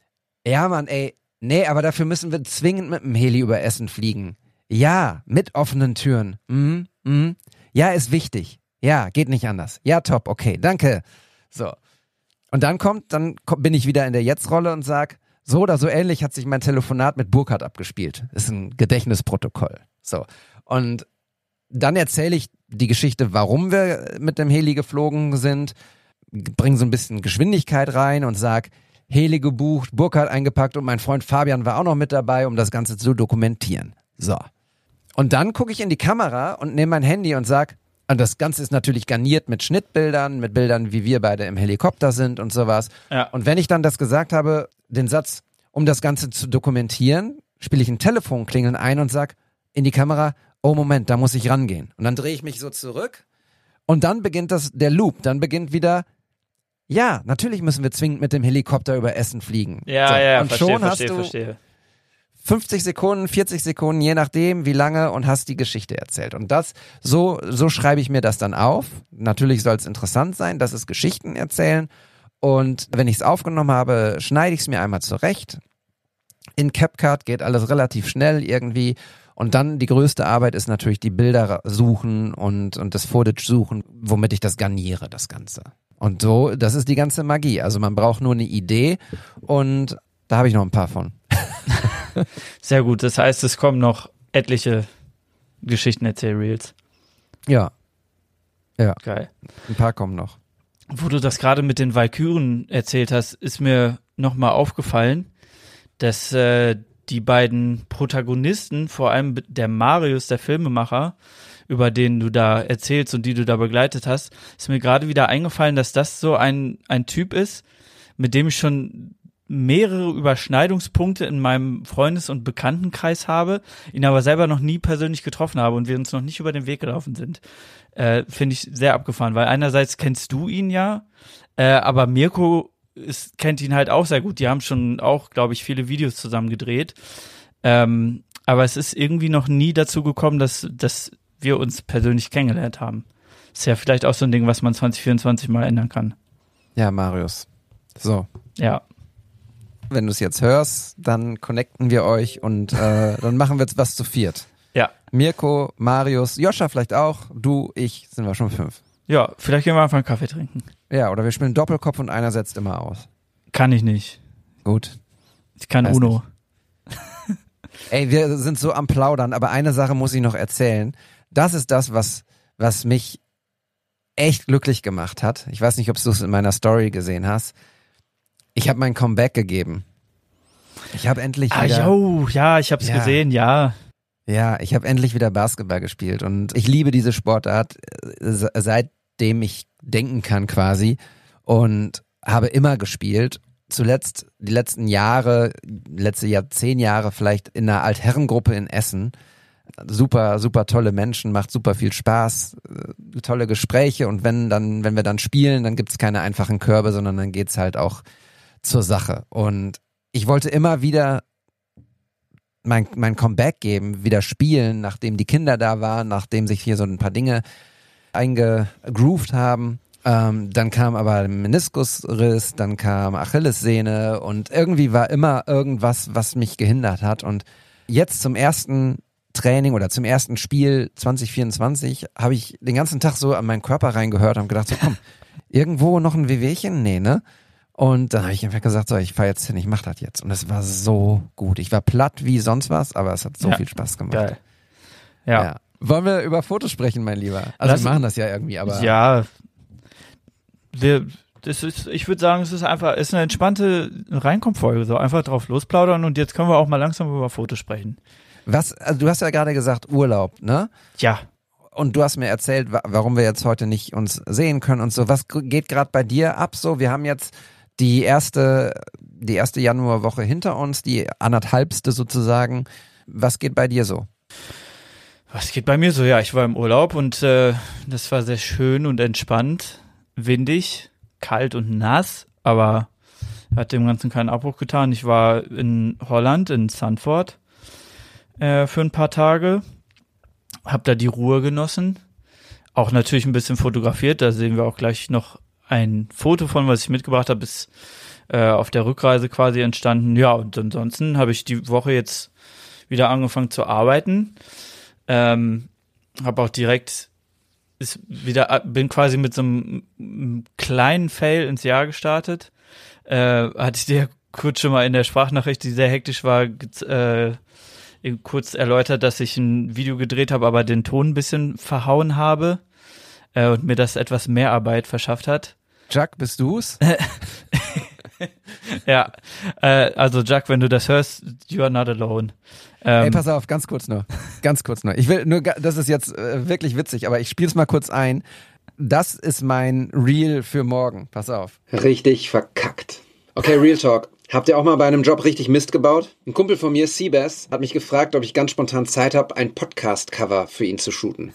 Speaker 1: Ja, Mann, ey, nee, aber dafür müssen wir zwingend mit dem Heli über Essen fliegen. Ja, mit offenen Türen. Mhm, mhm. Ja, ist wichtig. Ja, geht nicht anders. Ja, top, okay, danke. So. Und dann kommt, dann bin ich wieder in der Jetzt-Rolle und sag, so oder so ähnlich hat sich mein Telefonat mit Burkhard abgespielt. Ist ein Gedächtnisprotokoll. So. Und dann erzähle ich die Geschichte, warum wir mit dem Heli geflogen sind, bringe so ein bisschen Geschwindigkeit rein und sag, Heli gebucht, Burkhard eingepackt und mein Freund Fabian war auch noch mit dabei, um das Ganze zu dokumentieren. So. Und dann gucke ich in die Kamera und nehme mein Handy und sag, und das Ganze ist natürlich garniert mit Schnittbildern, mit Bildern, wie wir beide im Helikopter sind und sowas.
Speaker 5: Ja.
Speaker 1: Und wenn ich dann das gesagt habe, den Satz, um das Ganze zu dokumentieren, spiele ich ein Telefonklingeln ein und sag in die Kamera, oh Moment, da muss ich rangehen. Und dann drehe ich mich so zurück und dann beginnt das, der Loop, dann beginnt wieder, ja, natürlich müssen wir zwingend mit dem Helikopter über Essen fliegen.
Speaker 5: Ja,
Speaker 1: so.
Speaker 5: ja,
Speaker 1: und
Speaker 5: verstehe,
Speaker 1: schon
Speaker 5: verstehe,
Speaker 1: hast du
Speaker 5: verstehe.
Speaker 1: fünfzig Sekunden, vierzig Sekunden, je nachdem, wie lange und hast die Geschichte erzählt. Und das, so, so schreibe ich mir das dann auf. Natürlich soll es interessant sein, das ist Geschichten erzählen. Und wenn ich es aufgenommen habe, schneide ich es mir einmal zurecht. In CapCut geht alles relativ schnell irgendwie. Und dann die größte Arbeit ist natürlich die Bilder suchen und, und das Footage suchen, womit ich das garniere, das Ganze. Und so, das ist die ganze Magie. Also man braucht nur eine Idee und da habe ich noch ein paar von.
Speaker 5: Sehr gut, das heißt, es kommen noch etliche Geschichten-Erzähl-Reels.
Speaker 1: Ja. Ja.
Speaker 5: Geil.
Speaker 1: Ein paar kommen noch.
Speaker 5: Wo du das gerade mit den Walküren erzählt hast, ist mir nochmal aufgefallen, dass äh, die beiden Protagonisten, vor allem der Marius, der Filmemacher, über den du da erzählst und die du da begleitet hast, ist mir gerade wieder eingefallen, dass das so ein, ein Typ ist, mit dem ich schon mehrere Überschneidungspunkte in meinem Freundes- und Bekanntenkreis habe, ihn aber selber noch nie persönlich getroffen habe und wir uns noch nicht über den Weg gelaufen sind. Äh, finde ich sehr abgefahren, weil einerseits kennst du ihn ja, äh, aber Mirko ist, kennt ihn halt auch sehr gut. Die haben schon auch, glaube ich, viele Videos zusammen gedreht. Ähm, aber es ist irgendwie noch nie dazu gekommen, dass, dass wir uns persönlich kennengelernt haben. Ist ja vielleicht auch so ein Ding, was man zwanzig vierundzwanzig mal ändern kann.
Speaker 1: Ja, Marius. So.
Speaker 5: Ja.
Speaker 1: Wenn du es jetzt hörst, dann connecten wir euch und äh, dann machen wir jetzt was zu viert.
Speaker 5: Ja.
Speaker 1: Mirko, Marius, Joscha vielleicht auch, du, ich, sind wir schon fünf.
Speaker 5: Ja, vielleicht gehen wir einfach einen Kaffee trinken.
Speaker 1: Ja, oder wir spielen Doppelkopf und einer setzt immer aus.
Speaker 5: Kann ich nicht.
Speaker 1: Gut.
Speaker 5: Ich kann
Speaker 1: Weiß
Speaker 5: Uno.
Speaker 1: Ey, wir sind so am Plaudern, aber eine Sache muss ich noch erzählen. Das ist das, was, was mich echt glücklich gemacht hat. Ich weiß nicht, ob du es in meiner Story gesehen hast. Ich habe mein Comeback gegeben. Ich habe endlich
Speaker 5: Ah,
Speaker 1: wieder...
Speaker 5: jo, ja, ich hab's
Speaker 1: Ja.
Speaker 5: gesehen, ja.
Speaker 1: Ja, ich habe endlich wieder Basketball gespielt und ich liebe diese Sportart, äh, seitdem ich denken kann quasi und habe immer gespielt. Zuletzt die letzten Jahre, letzte Jahr, zehn Jahre vielleicht in einer Altherrengruppe in Essen. Super, super tolle Menschen, macht super viel Spaß, äh, tolle Gespräche und wenn dann, wenn wir dann spielen, dann gibt's keine einfachen Körbe, sondern dann geht's halt auch zur Sache. Und ich wollte immer wieder mein, mein Comeback geben, wieder spielen, nachdem die Kinder da waren, nachdem sich hier so ein paar Dinge eingegroovt haben. Ähm, dann kam aber ein Meniskusriss, dann kam Achillessehne und irgendwie war immer irgendwas, was mich gehindert hat. Und jetzt zum ersten Training oder zum ersten Spiel zwanzig vierundzwanzig habe ich den ganzen Tag so an meinen Körper reingehört und gedacht, so komm, irgendwo noch ein Wehwehchen? Nee, ne? Und dann habe ich einfach gesagt, so, ich fahre jetzt hin, ich mache das jetzt. Und es war so gut. Ich war platt wie sonst was, aber es hat so
Speaker 5: Ja.
Speaker 1: viel Spaß gemacht.
Speaker 5: Geil. Ja.
Speaker 1: Ja. Wollen wir über Fotos sprechen, mein Lieber? Also
Speaker 5: Lass-
Speaker 1: wir machen das ja irgendwie, aber
Speaker 5: Ja, wir, das ist, ich würde sagen, es ist einfach, es ist eine entspannte Reinkommfolge, so einfach drauf losplaudern und jetzt können wir auch mal langsam über Fotos sprechen.
Speaker 1: was, also du hast ja gerade gesagt Urlaub, ne?
Speaker 5: Ja,
Speaker 1: Und du hast mir erzählt, wa- warum wir jetzt heute nicht uns sehen können und so. Was g- geht gerade bei dir ab so? Wir haben jetzt die erste, die erste Januarwoche hinter uns, die anderthalbste sozusagen. Was geht bei dir so?
Speaker 5: was geht bei mir so? Ja, ich war im Urlaub und äh, das war sehr schön und entspannt, windig, kalt und nass, aber hat dem Ganzen keinen Abbruch getan. Ich war in Holland, in Zandvoort äh, für ein paar Tage, hab da die Ruhe genossen, auch natürlich ein bisschen fotografiert, da sehen wir auch gleich noch ein Foto von, was ich mitgebracht habe, ist äh, auf der Rückreise quasi entstanden. Ja, und ansonsten habe ich die Woche jetzt wieder angefangen zu arbeiten, ähm, habe auch direkt ist wieder bin quasi mit so einem m- kleinen Fail ins Jahr gestartet. Äh, hatte ich dir kurz schon mal in der Sprachnachricht, die sehr hektisch war, ge- äh, kurz erläutert, dass ich ein Video gedreht habe, aber den Ton ein bisschen verhauen habe äh, und mir das etwas mehr Arbeit verschafft hat.
Speaker 1: Jack, bist du's?
Speaker 5: Ja, äh, also Jack, wenn du das hörst, you are not alone. Ähm,
Speaker 1: Ey, pass auf, ganz kurz nur. Ganz kurz nur. Ich will nur, ga- das ist jetzt äh, wirklich witzig, aber ich spiele es mal kurz ein. Das ist mein Reel für morgen. Pass auf.
Speaker 6: Richtig verkackt. Okay, Real Talk. Habt ihr auch mal bei einem Job richtig Mist gebaut? Ein Kumpel von mir, Seabass, hat mich gefragt, ob ich ganz spontan Zeit habe, ein Podcast-Cover für ihn zu shooten.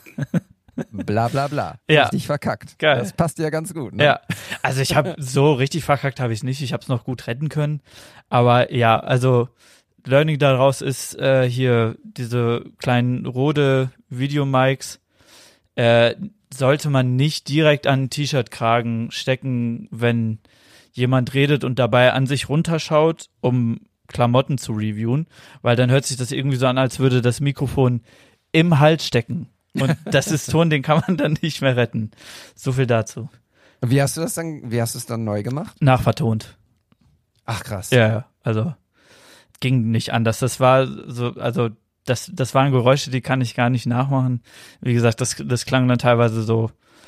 Speaker 1: Bla bla bla.
Speaker 5: Ja.
Speaker 1: Richtig verkackt.
Speaker 5: Geil.
Speaker 1: Das passt ja ganz gut. Ne?
Speaker 5: Ja, also ich habe so richtig verkackt habe ich es nicht. Ich habe es noch gut retten können. Aber ja, also Learning daraus ist äh, hier diese kleinen Rode Videomics äh, sollte man nicht direkt an den T-Shirt-Kragen stecken, wenn jemand redet und dabei an sich runterschaut, um Klamotten zu reviewen, weil dann hört sich das irgendwie so an, als würde das Mikrofon im Hals stecken. Und das ist Ton, den kann man dann nicht mehr retten. So viel dazu.
Speaker 1: Wie hast du das dann, wie hast du es dann neu gemacht?
Speaker 5: Nachvertont.
Speaker 1: Ach krass.
Speaker 5: Ja, ja, also ging nicht anders. Das war so, also das, das waren Geräusche, die kann ich gar nicht nachmachen. Wie gesagt, das, das klang dann teilweise so,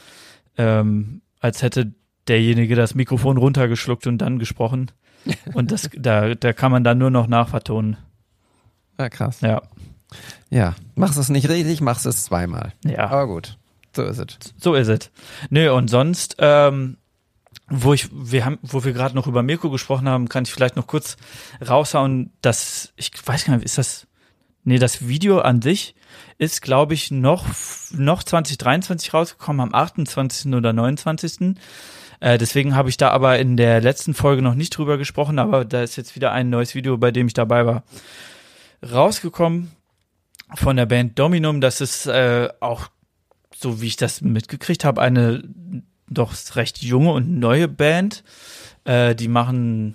Speaker 5: ähm, als hätte derjenige das Mikrofon runtergeschluckt und dann gesprochen. Und das, da, da kann man dann nur noch nachvertonen.
Speaker 1: Ja, krass.
Speaker 5: Ja,
Speaker 1: Ja, machst es nicht richtig, machst es zweimal.
Speaker 5: ja.
Speaker 1: Aber gut, so ist es.
Speaker 5: So ist es. Nö, und sonst, ähm, wo ich, wir haben, wo wir gerade noch über Mirko gesprochen haben, kann ich vielleicht noch kurz raushauen, dass, ich weiß gar nicht, ist das, nee, das Video an sich ist, glaube ich, noch, noch zwanzig dreiundzwanzig rausgekommen, am achtundzwanzigsten oder neunundzwanzigsten Äh, deswegen habe ich da aber in der letzten Folge noch nicht drüber gesprochen, aber da ist jetzt wieder ein neues Video, bei dem ich dabei war, rausgekommen von der Band Dominum. Das ist äh, auch, so wie ich das mitgekriegt habe, eine doch recht junge und neue Band. Äh, die machen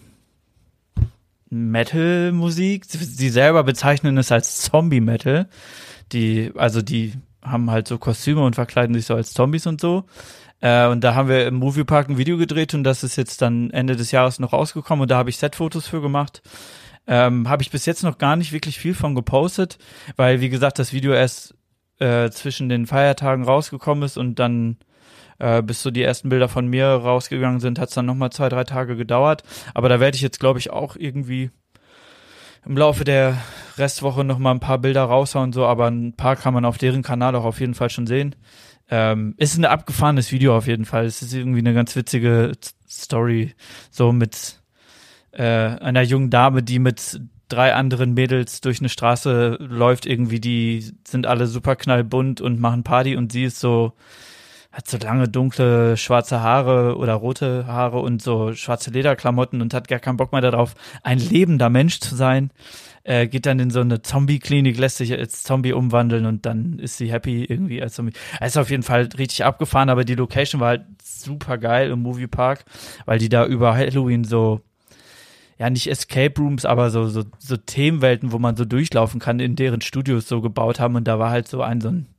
Speaker 5: Metal-Musik. Sie, sie selber bezeichnen es als Zombie-Metal. Die, also die haben halt so Kostüme und verkleiden sich so als Zombies und so. Äh, und da haben wir im Moviepark ein Video gedreht und das ist jetzt dann Ende des Jahres noch rausgekommen und da habe ich Setfotos für gemacht. Ähm, habe ich bis jetzt noch gar nicht wirklich viel von gepostet, weil, wie gesagt, das Video erst äh, zwischen den Feiertagen rausgekommen ist und dann äh, bis so die ersten Bilder von mir rausgegangen sind, hat es dann nochmal zwei, drei Tage gedauert. Aber da werde ich jetzt, glaube ich, auch irgendwie im Laufe der Restwoche nochmal ein paar Bilder raushauen, so, aber ein paar kann man auf deren Kanal auch auf jeden Fall schon sehen. Ähm, ist ein abgefahrenes Video auf jeden Fall. Es ist irgendwie eine ganz witzige Story, so mit äh, einer jungen Dame, die mit drei anderen Mädels durch eine Straße läuft, irgendwie, die sind alle super knallbunt und machen Party und sie ist so, hat so lange dunkle schwarze Haare oder rote Haare und so schwarze Lederklamotten und hat gar keinen Bock mehr darauf, ein lebender Mensch zu sein. Äh, geht dann in so eine Zombie-Klinik, lässt sich als Zombie umwandeln und dann ist sie happy irgendwie als Zombie. Es ist auf jeden Fall richtig abgefahren, aber die Location war halt super geil im Moviepark, weil die da über Halloween so, ja, nicht Escape Rooms, aber so, so, so Themenwelten, wo man so durchlaufen kann, in deren Studios so gebaut haben und da war halt so ein, so ein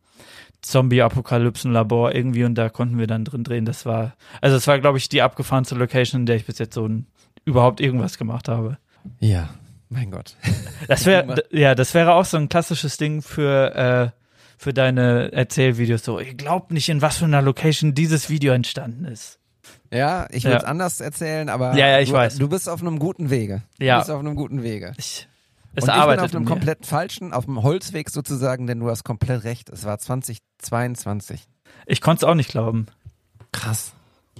Speaker 5: Zombie-Apokalypsen-Labor irgendwie und da konnten wir dann drin drehen. Das war, also das war, glaube ich, die abgefahrenste Location, in der ich bis jetzt so ein überhaupt irgendwas gemacht habe.
Speaker 1: Ja, mein Gott.
Speaker 5: Das wäre, ja, das wäre auch so ein klassisches Ding für, äh, für deine Erzählvideos. So, ihr glaubt nicht, in was für einer Location dieses Video entstanden ist.
Speaker 1: Ja, ich will es
Speaker 5: Ja.
Speaker 1: anders erzählen, aber
Speaker 5: Ja, ja, ich
Speaker 1: du,
Speaker 5: weiß.
Speaker 1: du bist auf einem guten Wege.
Speaker 5: Ja.
Speaker 1: Du bist auf einem guten Wege.
Speaker 5: Ich, es
Speaker 1: Und ich bin
Speaker 5: arbeitet
Speaker 1: auf einem
Speaker 5: in mir.
Speaker 1: komplett falschen, auf dem Holzweg sozusagen, denn du hast komplett recht. Es war zweitausendzweiundzwanzig.
Speaker 5: Ich konnte es auch nicht glauben.
Speaker 1: Krass.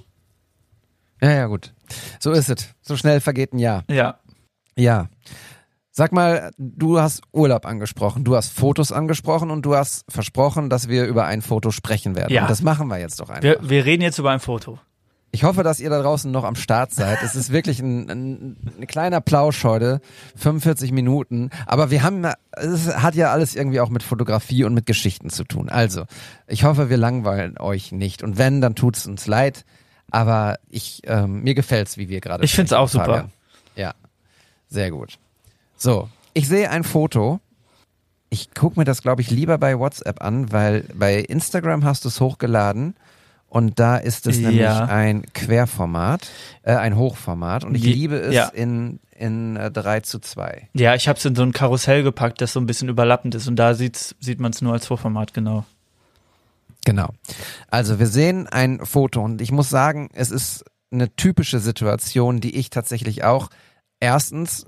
Speaker 1: Ja, ja, gut. So ist es. So schnell vergeht ein Jahr.
Speaker 5: Ja.
Speaker 1: Ja. Sag mal, du hast Urlaub angesprochen, du hast Fotos angesprochen und du hast versprochen, dass wir über ein Foto sprechen werden.
Speaker 5: Ja.
Speaker 1: Und das machen wir jetzt doch einfach.
Speaker 5: Wir, wir reden jetzt über ein Foto.
Speaker 1: Ich hoffe, dass ihr da draußen noch am Start seid. Es ist wirklich ein, ein, ein kleiner Plausch heute, fünfundvierzig Minuten. Aber wir haben, es hat ja alles irgendwie auch mit Fotografie und mit Geschichten zu tun. Also, ich hoffe, wir langweilen euch nicht. Und wenn, dann tut's uns leid. Aber ich, ähm, mir gefällt's, wie wir gerade.
Speaker 5: Ich find's auch super.
Speaker 1: Fabian. Ja, sehr gut. So, ich sehe ein Foto. Ich gucke mir das, glaube ich, lieber bei WhatsApp an, weil bei Instagram hast du es hochgeladen. Und da ist es
Speaker 5: Ja.
Speaker 1: nämlich ein Querformat, äh, ein Hochformat. Und ich
Speaker 5: Je-
Speaker 1: liebe es
Speaker 5: ja.
Speaker 1: in, in äh, drei zu zwei.
Speaker 5: Ja, ich habe es in so ein Karussell gepackt, das so ein bisschen überlappend ist und da sieht's, sieht man es nur als Hochformat, genau.
Speaker 1: Genau. Also wir sehen ein Foto und ich muss sagen, es ist eine typische Situation, die ich tatsächlich auch erstens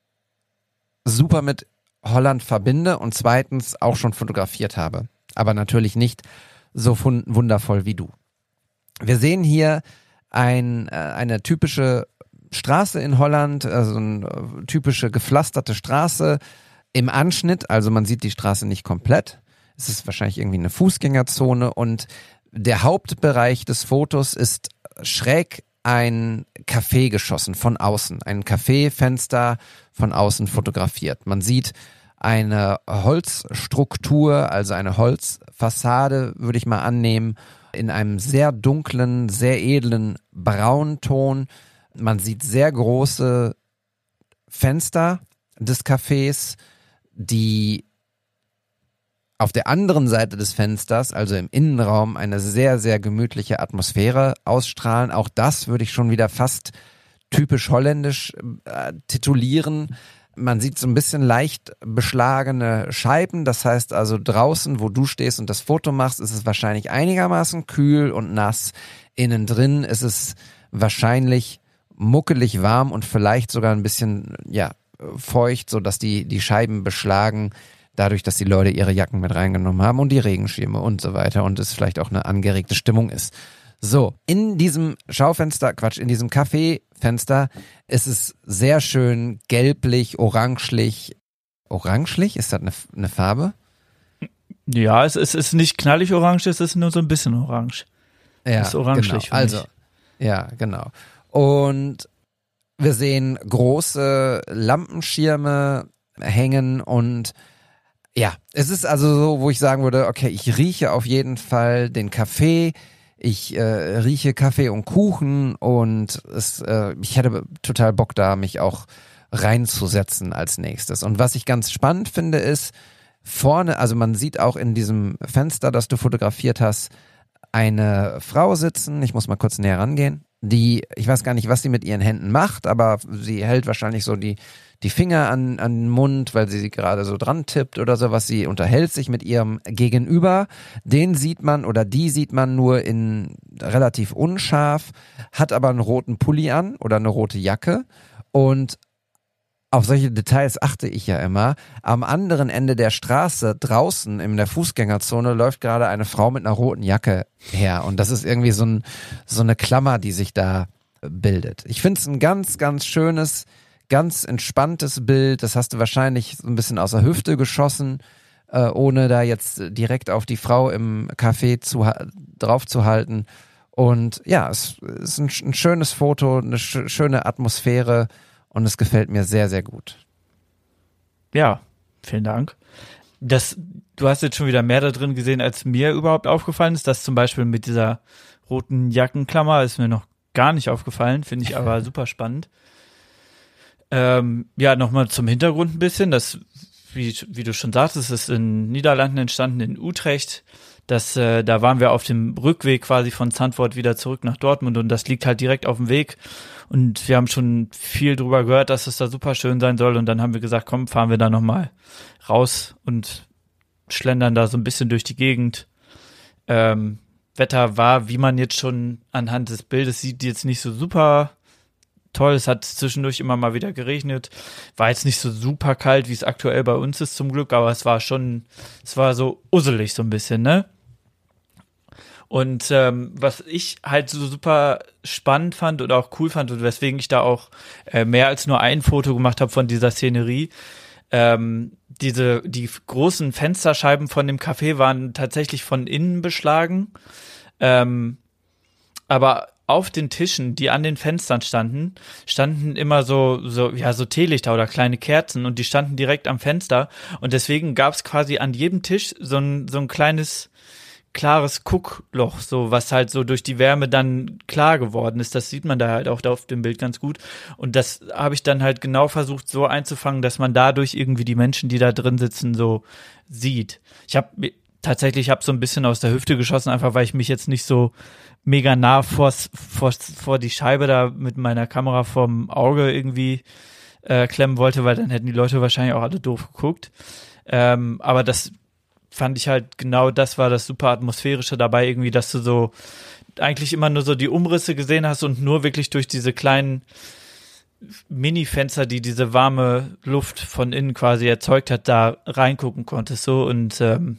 Speaker 1: super mit Holland verbinde und zweitens auch schon fotografiert habe. Aber natürlich nicht so fun- wundervoll wie du. Wir sehen hier ein, äh, eine typische Straße in Holland, also eine äh, typische gepflasterte Straße im Anschnitt, also man sieht die Straße nicht komplett. Es ist wahrscheinlich irgendwie eine Fußgängerzone und der Hauptbereich des Fotos ist schräg ein Café geschossen von außen, ein Caféfenster von außen fotografiert. Man sieht eine Holzstruktur, also eine Holzfassade, würde ich mal annehmen, in einem sehr dunklen, sehr edlen Braunton. Man sieht sehr große Fenster des Cafés, die auf der anderen Seite des Fensters, also im Innenraum, eine sehr, sehr gemütliche Atmosphäre ausstrahlen. Auch das würde ich schon wieder fast typisch holländisch äh, titulieren. Man sieht so ein bisschen leicht beschlagene Scheiben. Das heißt also draußen, wo du stehst und das Foto machst, ist es wahrscheinlich einigermaßen kühl und nass. Innen drin ist es wahrscheinlich muckelig warm und vielleicht sogar ein bisschen ja feucht, so dass die die Scheiben beschlagen, dadurch, dass die Leute ihre Jacken mit reingenommen haben und die Regenschirme und so weiter und es vielleicht auch eine angeregte Stimmung ist. So, in diesem Schaufenster, Quatsch, in diesem Kaffeefenster ist es sehr schön gelblich, orangelich. Orangelich? Ist das eine, eine Farbe?
Speaker 5: Ja, es, es ist nicht knallig orange, es ist nur so ein bisschen orange.
Speaker 1: Ja,
Speaker 5: ist orangelich,
Speaker 1: genau. Also,
Speaker 5: ich.
Speaker 1: ja, genau. Und wir sehen große Lampenschirme hängen und ja, es ist also so, wo ich sagen würde, okay, ich rieche auf jeden Fall den Kaffee, ich äh, rieche Kaffee und Kuchen und es, äh, ich hätte total Bock da, mich auch reinzusetzen als nächstes. Und was ich ganz spannend finde, ist vorne, also man sieht auch in diesem Fenster, das du fotografiert hast, eine Frau sitzen, ich muss mal kurz näher rangehen, die, ich weiß gar nicht, was sie mit ihren Händen macht, aber sie hält wahrscheinlich so die, die Finger an, an den Mund, weil sie sie gerade so dran tippt oder sowas. Sie unterhält sich mit ihrem Gegenüber. Den sieht man oder die sieht man nur in relativ unscharf, hat aber einen roten Pulli an oder eine rote Jacke und auf solche Details achte ich ja immer. Am anderen Ende der Straße, draußen in der Fußgängerzone, läuft gerade eine Frau mit einer roten Jacke her. Und das ist irgendwie so, ein, so eine Klammer, die sich da bildet. Ich finde es ein ganz, ganz schönes, ganz entspanntes Bild. Das hast du wahrscheinlich so ein bisschen aus der Hüfte geschossen, äh, ohne da jetzt direkt auf die Frau im Café zu, drauf zu halten. Und ja, es ist ein, ein schönes Foto, eine sch- schöne Atmosphäre. Und es gefällt mir sehr, sehr gut.
Speaker 5: Ja, vielen Dank. Das, du hast jetzt schon wieder mehr da drin gesehen, als mir überhaupt aufgefallen ist. Das zum Beispiel mit dieser roten Jackenklammer ist mir noch gar nicht aufgefallen, finde ich aber super spannend. Ähm, ja, nochmal zum Hintergrund ein bisschen. Das, wie, wie du schon sagtest, ist in Niederlanden entstanden, in Utrecht. Das, äh, da waren wir auf dem Rückweg quasi von Zandvoort wieder zurück nach Dortmund und das liegt halt direkt auf dem Weg und wir haben schon viel drüber gehört, dass es da super schön sein soll und dann haben wir gesagt, komm, fahren wir da nochmal raus und schlendern da so ein bisschen durch die Gegend. Ähm, Wetter war, wie man jetzt schon anhand des Bildes sieht, jetzt nicht so super toll. Es hat zwischendurch immer mal wieder geregnet. War jetzt nicht so super kalt, wie es aktuell bei uns ist zum Glück, aber es war schon, es war so usselig so ein bisschen, ne? Und ähm, was ich halt so super spannend fand und auch cool fand und weswegen ich da auch äh, mehr als nur ein Foto gemacht habe von dieser Szenerie, ähm, diese die großen Fensterscheiben von dem Café waren tatsächlich von innen beschlagen, ähm, aber auf den Tischen, die an den Fenstern standen, standen immer so, so, ja, so Teelichter oder kleine Kerzen und die standen direkt am Fenster und deswegen gab es quasi an jedem Tisch so ein, so ein kleines, klares Guckloch, so, was halt so durch die Wärme dann klar geworden ist. Das sieht man da halt auch da auf dem Bild ganz gut und das habe ich dann halt genau versucht so einzufangen, dass man dadurch irgendwie die Menschen, die da drin sitzen, so sieht. Ich habe tatsächlich, ich habe so ein bisschen aus der Hüfte geschossen, einfach weil ich mich jetzt nicht so mega nah vor, vor, vor die Scheibe da mit meiner Kamera vorm Auge irgendwie äh, klemmen wollte, weil dann hätten die Leute wahrscheinlich auch alle doof geguckt. Ähm, aber das fand ich halt, genau das war das super Atmosphärische dabei irgendwie, dass du so eigentlich immer nur so die Umrisse gesehen hast und nur wirklich durch diese kleinen Mini-Fenster, die diese warme Luft von innen quasi erzeugt hat, da reingucken konntest so und ähm,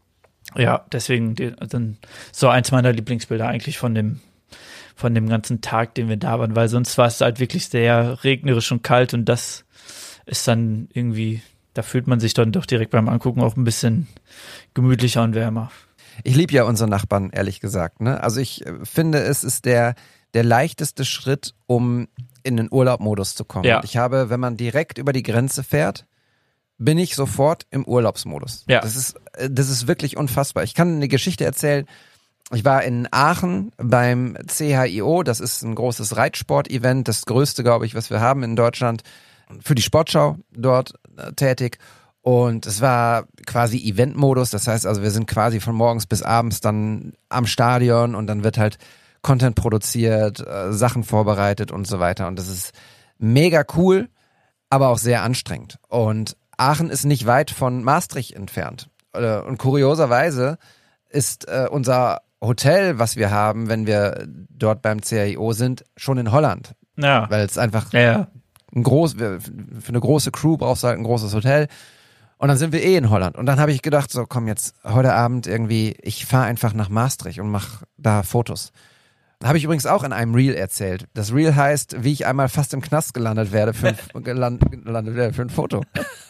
Speaker 5: ja, deswegen die, dann so eins meiner Lieblingsbilder eigentlich von dem von dem ganzen Tag, den wir da waren, weil sonst war es halt wirklich sehr regnerisch und kalt und das ist dann irgendwie, da fühlt man sich dann doch direkt beim Angucken auch ein bisschen gemütlicher und wärmer.
Speaker 1: Ich liebe ja unsere Nachbarn, ehrlich gesagt. Ne? Also ich finde, es ist der, der leichteste Schritt, um in den Urlaubmodus zu kommen.
Speaker 5: Ja.
Speaker 1: Und ich habe, wenn man direkt über die Grenze fährt, bin ich sofort im Urlaubsmodus.
Speaker 5: Ja.
Speaker 1: Das ist, das ist wirklich unfassbar. Ich kann eine Geschichte erzählen. Ich war in Aachen beim C H I O. Das ist ein großes Reitsport-Event. Das größte, glaube ich, was wir haben in Deutschland. Für die Sportschau dort äh, tätig. Und es war quasi Eventmodus. Das heißt also, wir sind quasi von morgens bis abends dann am Stadion und dann wird halt Content produziert, äh, Sachen vorbereitet und so weiter. Und das ist mega cool, aber auch sehr anstrengend. Und Aachen ist nicht weit von Maastricht entfernt. Und kurioserweise ist äh, unser Hotel, was wir haben, wenn wir dort beim C H I O sind, schon in Holland.
Speaker 5: Ja.
Speaker 1: Weil es einfach
Speaker 5: Ja, ja.
Speaker 1: ein groß, für eine große Crew brauchst du halt ein großes Hotel. Und dann sind wir eh in Holland. Und dann habe ich gedacht, so komm jetzt heute Abend irgendwie, ich fahre einfach nach Maastricht und mache da Fotos. Habe ich übrigens auch in einem Reel erzählt. Das Reel heißt, wie ich einmal fast im Knast gelandet werde für ein, geland, gelandet werde für ein Foto.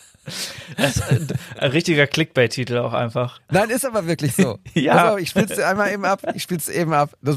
Speaker 5: Das ist ein, ein richtiger Clickbait-Titel auch einfach.
Speaker 1: Nein, ist aber wirklich so.
Speaker 5: Ja.
Speaker 1: Pass auf, ich spiel's dir einmal eben ab. Ich spiel's eben ab. Das,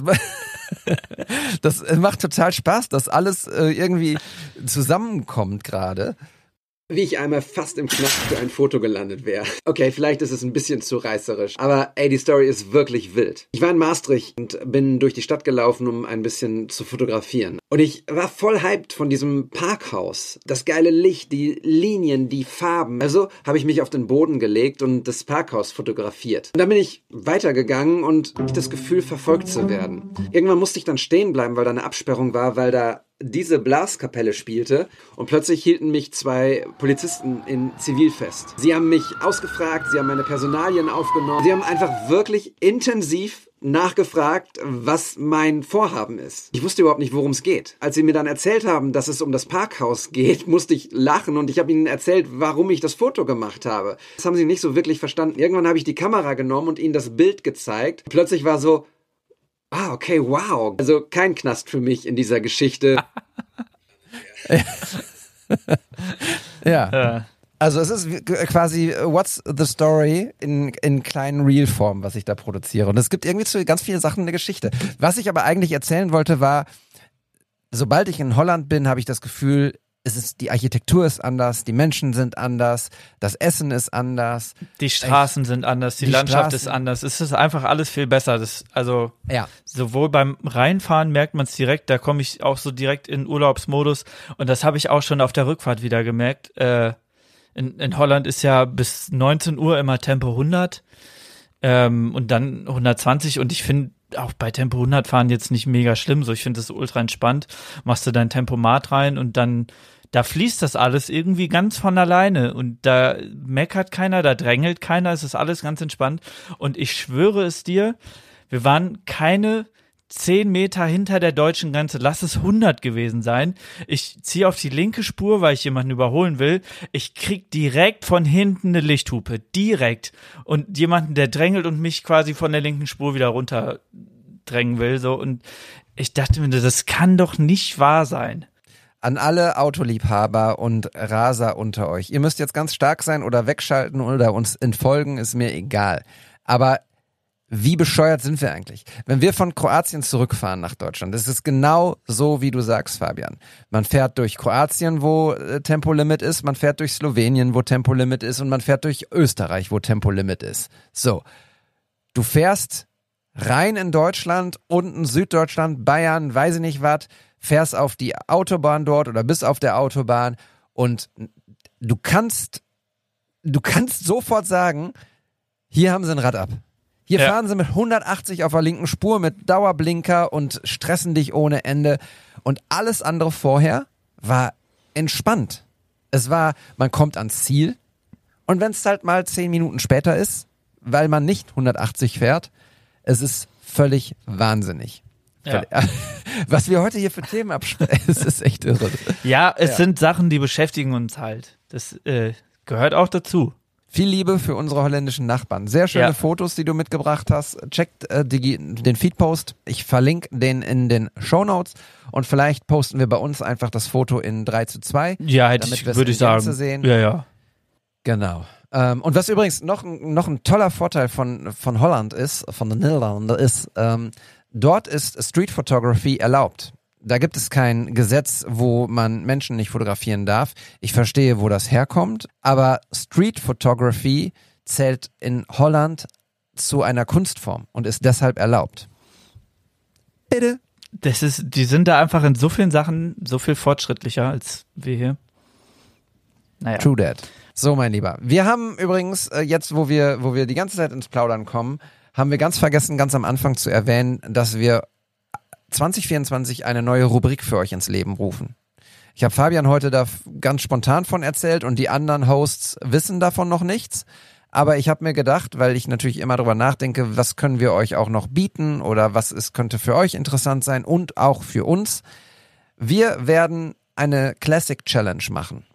Speaker 1: das macht total Spaß, dass alles äh, irgendwie zusammenkommt gerade.
Speaker 6: Wie ich einmal fast im Knast für ein Foto gelandet wäre. Okay, vielleicht ist es ein bisschen zu reißerisch, aber ey, die Story ist wirklich wild. Ich war in Maastricht und bin durch die Stadt gelaufen, um ein bisschen zu fotografieren. Und ich war voll hyped von diesem Parkhaus. Das geile Licht, die Linien, die Farben. Also habe ich mich auf den Boden gelegt und das Parkhaus fotografiert. Und dann bin ich weitergegangen und hatte das Gefühl, verfolgt zu werden. Irgendwann musste ich dann stehen bleiben, weil da eine Absperrung war, weil da diese Blaskapelle spielte und plötzlich hielten mich zwei Polizisten in Zivil fest. Sie haben mich ausgefragt, sie haben meine Personalien aufgenommen, sie haben einfach wirklich intensiv nachgefragt, was mein Vorhaben ist. Ich wusste überhaupt nicht, worum es geht. Als sie mir dann erzählt haben, dass es um das Parkhaus geht, musste ich lachen und ich habe ihnen erzählt, warum ich das Foto gemacht habe. Das haben sie nicht so wirklich verstanden. Irgendwann habe ich die Kamera genommen und ihnen das Bild gezeigt. Plötzlich war so, ah, okay, wow. Also kein Knast für mich in dieser Geschichte.
Speaker 1: Ja.
Speaker 5: Ja.
Speaker 1: Also es ist quasi What's the Story in, in kleinen Reel-Form, was ich da produziere. Und es gibt irgendwie zu ganz vielen Sachen eine Geschichte. Was ich aber eigentlich erzählen wollte, war, sobald ich in Holland bin, habe ich das Gefühl, es ist, die Architektur ist anders, die Menschen sind anders, das Essen ist anders.
Speaker 5: Die Straßen ich, sind anders, die, die Landschaft Straßen. ist anders. Es ist einfach alles viel besser. Das, also
Speaker 1: ja.
Speaker 5: sowohl beim Reinfahren merkt man es direkt, da komme ich auch so direkt in Urlaubsmodus. Und das habe ich auch schon auf der Rückfahrt wieder gemerkt. Äh, in, in Holland ist ja bis neunzehn Uhr immer Tempo hundert. Ähm, und dann hundertzwanzig und ich finde auch bei Tempo hundert fahren jetzt nicht mega schlimm, so ich finde das ultra entspannt, machst du dein Tempomat rein und dann, da fließt das alles irgendwie ganz von alleine und da meckert keiner, da drängelt keiner, es ist alles ganz entspannt und ich schwöre es dir, wir waren keine zehn Meter hinter der deutschen Grenze, lass es hundert gewesen sein. Ich ziehe auf die linke Spur, weil ich jemanden überholen will. Ich krieg direkt von hinten eine Lichthupe, direkt. Und jemanden, der drängelt und mich quasi von der linken Spur wieder runter drängen will. So. Und ich dachte mir, das kann doch nicht wahr sein.
Speaker 1: An alle Autoliebhaber und Raser unter euch. Ihr müsst jetzt ganz stark sein oder wegschalten oder uns entfolgen, ist mir egal. Aber wie bescheuert sind wir eigentlich? Wenn wir von Kroatien zurückfahren nach Deutschland, das ist genau so, wie du sagst, Fabian. Man fährt durch Kroatien, wo äh, Tempolimit ist, man fährt durch Slowenien, wo Tempolimit ist und man fährt durch Österreich, wo Tempolimit ist. So, du fährst rein in Deutschland, unten Süddeutschland, Bayern, weiß ich nicht was, fährst auf die Autobahn dort oder bist auf der Autobahn und du kannst, du kannst sofort sagen, hier haben sie ein Rad ab. Hier
Speaker 5: ja.
Speaker 1: fahren sie mit hundertachtzig auf der linken Spur mit Dauerblinker und stressen dich ohne Ende. Und alles andere vorher war entspannt. Es war, man kommt ans Ziel und wenn es halt mal zehn Minuten später ist, weil man nicht hundertachtzig fährt, es ist völlig wahnsinnig.
Speaker 5: Ja.
Speaker 1: Was wir heute hier für Themen absprechen, es ist echt irre.
Speaker 5: Ja, es
Speaker 1: ja.
Speaker 5: sind Sachen, die beschäftigen uns halt. Das äh, gehört auch dazu.
Speaker 1: Viel Liebe für unsere holländischen Nachbarn. Sehr schöne
Speaker 5: ja.
Speaker 1: Fotos, die du mitgebracht hast. Checkt äh, die, den Feedpost. Ich verlinke den in den Shownotes und vielleicht posten wir bei uns einfach das Foto in drei zu zwei.
Speaker 5: Ja, hätte ich, würde ich sagen.
Speaker 1: Sehen.
Speaker 5: Ja, ja.
Speaker 1: Genau. Ähm, und was übrigens noch, noch ein toller Vorteil von, von Holland ist, von den Niederlanden, ist, ähm, dort ist Street Photography erlaubt. Da gibt es kein Gesetz, wo man Menschen nicht fotografieren darf. Ich verstehe, wo das herkommt, aber Street Photography zählt in Holland zu einer Kunstform und ist deshalb erlaubt. Bitte.
Speaker 5: Das ist, die sind da einfach in so vielen Sachen so viel fortschrittlicher als wir hier. Naja.
Speaker 1: True that. So, mein Lieber. Wir haben übrigens äh, jetzt, wo wir, wo wir die ganze Zeit ins Plaudern kommen, haben wir ganz vergessen, ganz am Anfang zu erwähnen, dass wir zwanzig vierundzwanzig eine neue Rubrik für euch ins Leben rufen. Ich habe Fabian heute da ganz spontan von erzählt und die anderen Hosts wissen davon noch nichts. Aber ich habe mir gedacht, weil ich natürlich immer darüber nachdenke, was können wir euch auch noch bieten oder was ist, könnte für euch interessant sein und auch für uns. Wir werden eine Classic Challenge machen.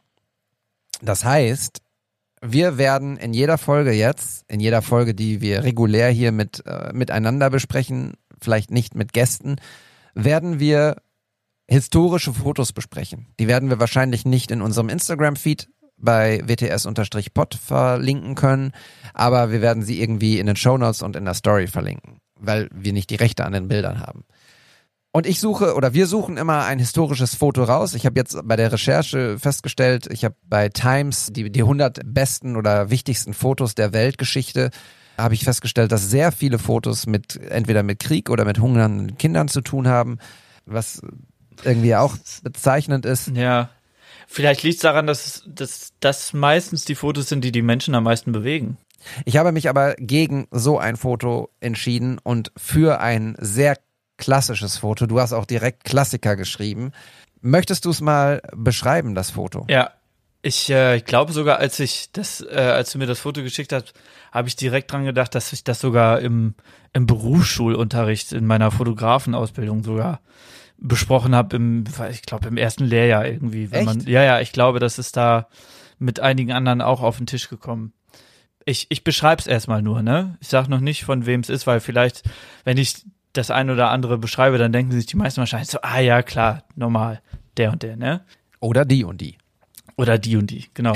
Speaker 1: Das heißt, wir werden in jeder Folge jetzt, in jeder Folge, die wir regulär hier mit äh, miteinander besprechen, vielleicht nicht mit Gästen, werden wir historische Fotos besprechen. Die werden wir wahrscheinlich nicht in unserem Instagram-Feed bei w t s-pod verlinken können, aber wir werden sie irgendwie in den Shownotes und in der Story verlinken, weil wir nicht die Rechte an den Bildern haben. Und ich suche, oder wir suchen immer ein historisches Foto raus. Ich habe jetzt bei der Recherche festgestellt, ich habe bei Times die, die hundert besten oder wichtigsten Fotos der Weltgeschichte, habe ich festgestellt, dass sehr viele Fotos mit entweder mit Krieg oder mit hungernden Kindern zu tun haben, was irgendwie auch bezeichnend ist.
Speaker 5: Ja, vielleicht liegt es daran, dass das dass meistens die Fotos sind, die die Menschen am meisten bewegen.
Speaker 1: Ich habe mich aber gegen so ein Foto entschieden und für ein sehr klassisches Foto. Du hast auch direkt Klassiker geschrieben. Möchtest du es mal beschreiben, das Foto?
Speaker 5: Ja, ich, äh, ich glaube sogar, als ich das, äh, als du mir das Foto geschickt hast, habe ich direkt dran gedacht, dass ich das sogar im, im Berufsschulunterricht in meiner Fotografenausbildung sogar besprochen habe, im, ich glaube im ersten Lehrjahr irgendwie. Wenn
Speaker 1: Echt?
Speaker 5: Man, ja, ja, ich glaube, das ist da mit einigen anderen auch auf den Tisch gekommen. Ich, ich beschreibe es erstmal nur, ne? Ich sag noch nicht, von wem es ist, weil vielleicht, wenn ich das ein oder andere beschreibe, dann denken sich die meisten wahrscheinlich so, ah ja, klar, normal, der und der, ne?
Speaker 1: Oder die und die.
Speaker 5: Oder die und die, genau.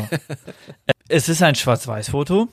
Speaker 5: Es ist ein Schwarz-Weiß-Foto.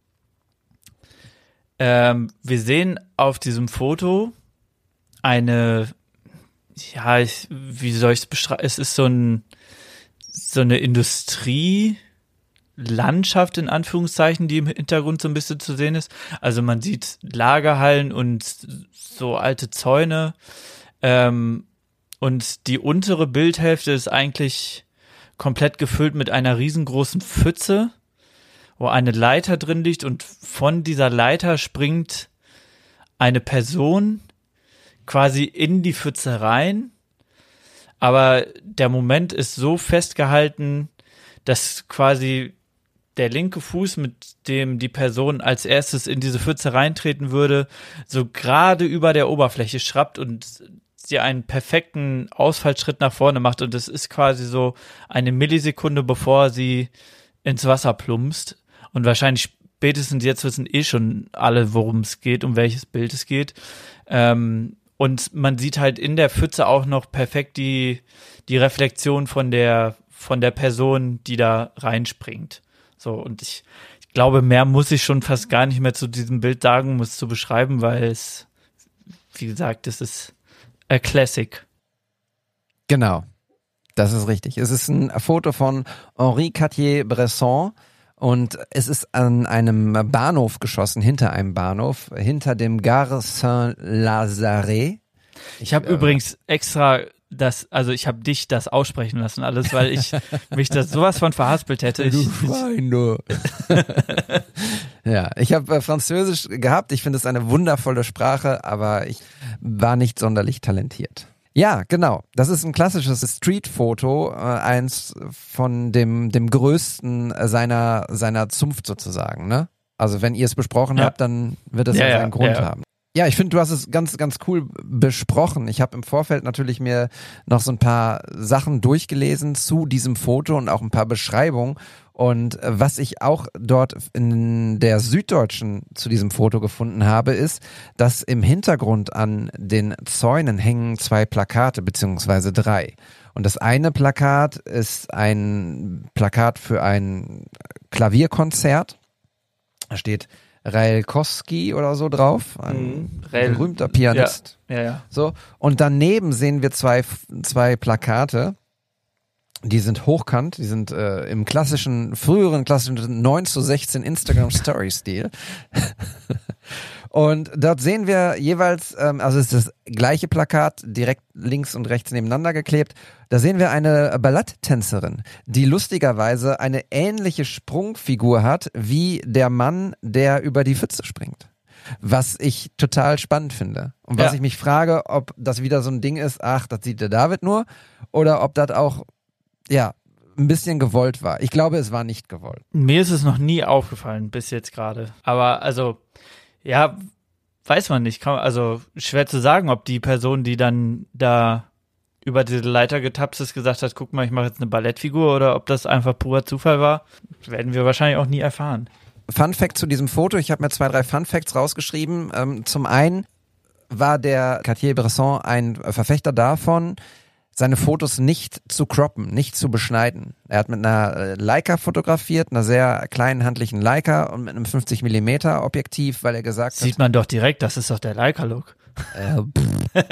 Speaker 5: Ähm, wir sehen auf diesem Foto eine, ja, ich, wie soll ich es beschreiben? Es ist so ein, so eine Industrielandschaft in Anführungszeichen, die im Hintergrund so ein bisschen zu sehen ist. Also man sieht Lagerhallen und so alte Zäune. Ähm, und die untere Bildhälfte ist eigentlich komplett gefüllt mit einer riesengroßen Pfütze, wo eine Leiter drin liegt und von dieser Leiter springt eine Person quasi in die Pfütze rein, aber der Moment ist so festgehalten, dass quasi der linke Fuß, mit dem die Person als erstes in diese Pfütze reintreten würde, so gerade über der Oberfläche schrappt und sie einen perfekten Ausfallschritt nach vorne macht und es ist quasi so eine Millisekunde, bevor sie ins Wasser plumpst und wahrscheinlich spätestens jetzt wissen eh schon alle, worum es geht, um welches Bild es geht. Ähm, und man sieht halt in der Pfütze auch noch perfekt die, die Reflexion von der, von der Person, die da reinspringt. So, und ich, ich glaube, mehr muss ich schon fast gar nicht mehr zu diesem Bild sagen, um es zu beschreiben, weil es, wie gesagt, es ist a classic.
Speaker 1: Genau, das ist richtig. Es ist ein Foto von Henri Cartier-Bresson und es ist an einem Bahnhof geschossen, hinter einem Bahnhof, hinter dem Gare Saint-Lazare.
Speaker 5: Ich habe äh, übrigens extra das, also ich habe dich das aussprechen lassen alles, weil ich mich das sowas von verhaspelt hätte. Ich,
Speaker 1: du Schwein, du. Ja, ich habe äh, Französisch gehabt. Ich finde es eine wundervolle Sprache, aber ich war nicht sonderlich talentiert. Ja, genau. Das ist ein klassisches Street-Foto, äh, eins von dem dem größten seiner seiner Zunft sozusagen, ne? Also wenn ihr es besprochen
Speaker 5: ja.
Speaker 1: habt, dann wird es
Speaker 5: ja,
Speaker 1: ja
Speaker 5: ja
Speaker 1: seinen Grund
Speaker 5: ja.
Speaker 1: haben. Ja, ich finde, du hast es ganz, ganz cool besprochen. Ich habe im Vorfeld natürlich mir noch so ein paar Sachen durchgelesen zu diesem Foto und auch ein paar Beschreibungen. Und was ich auch dort in der Süddeutschen zu diesem Foto gefunden habe, ist, dass im Hintergrund an den Zäunen hängen zwei Plakate, beziehungsweise drei. Und das eine Plakat ist ein Plakat für ein Klavierkonzert. Da steht Railkowski oder so drauf, ein
Speaker 5: Rail,
Speaker 1: berühmter Pianist.
Speaker 5: Ja, ja, ja.
Speaker 1: So. Und daneben sehen wir zwei, zwei Plakate, die sind hochkant, die sind äh, im klassischen, früheren klassischen neun zu sechzehn Instagram-Story-Stil. Und dort sehen wir jeweils, ähm, also es ist das gleiche Plakat, direkt links und rechts nebeneinander geklebt. Da sehen wir eine Balletttänzerin, die lustigerweise eine ähnliche Sprungfigur hat wie der Mann, der über die Pfütze springt. Was ich total spannend finde. Und was
Speaker 5: Ja.
Speaker 1: ich mich frage, ob das wieder so ein Ding ist, ach, das sieht der David nur, oder ob das auch, ja, ein bisschen gewollt war. Ich glaube, es war nicht gewollt.
Speaker 5: Mir ist es noch nie aufgefallen, bis jetzt gerade. Aber also, ja, weiß man nicht. Kann, also schwer zu sagen, ob die Person, die dann da über diese Leiter getapst ist, gesagt hat, guck mal, ich mache jetzt eine Ballettfigur, oder ob das einfach purer Zufall war, werden wir wahrscheinlich auch nie erfahren.
Speaker 1: Fun Fact zu diesem Foto, ich habe mir zwei, drei Fun Facts rausgeschrieben. Ähm, zum einen war der Cartier-Bresson ein Verfechter davon, seine Fotos nicht zu croppen, nicht zu beschneiden. Er hat mit einer Leica fotografiert, einer sehr kleinen handlichen Leica und mit einem fünfzig Millimeter Objektiv, weil er gesagt
Speaker 5: Sieht
Speaker 1: hat...
Speaker 5: man doch direkt, das ist doch der Leica-Look.
Speaker 1: Äh,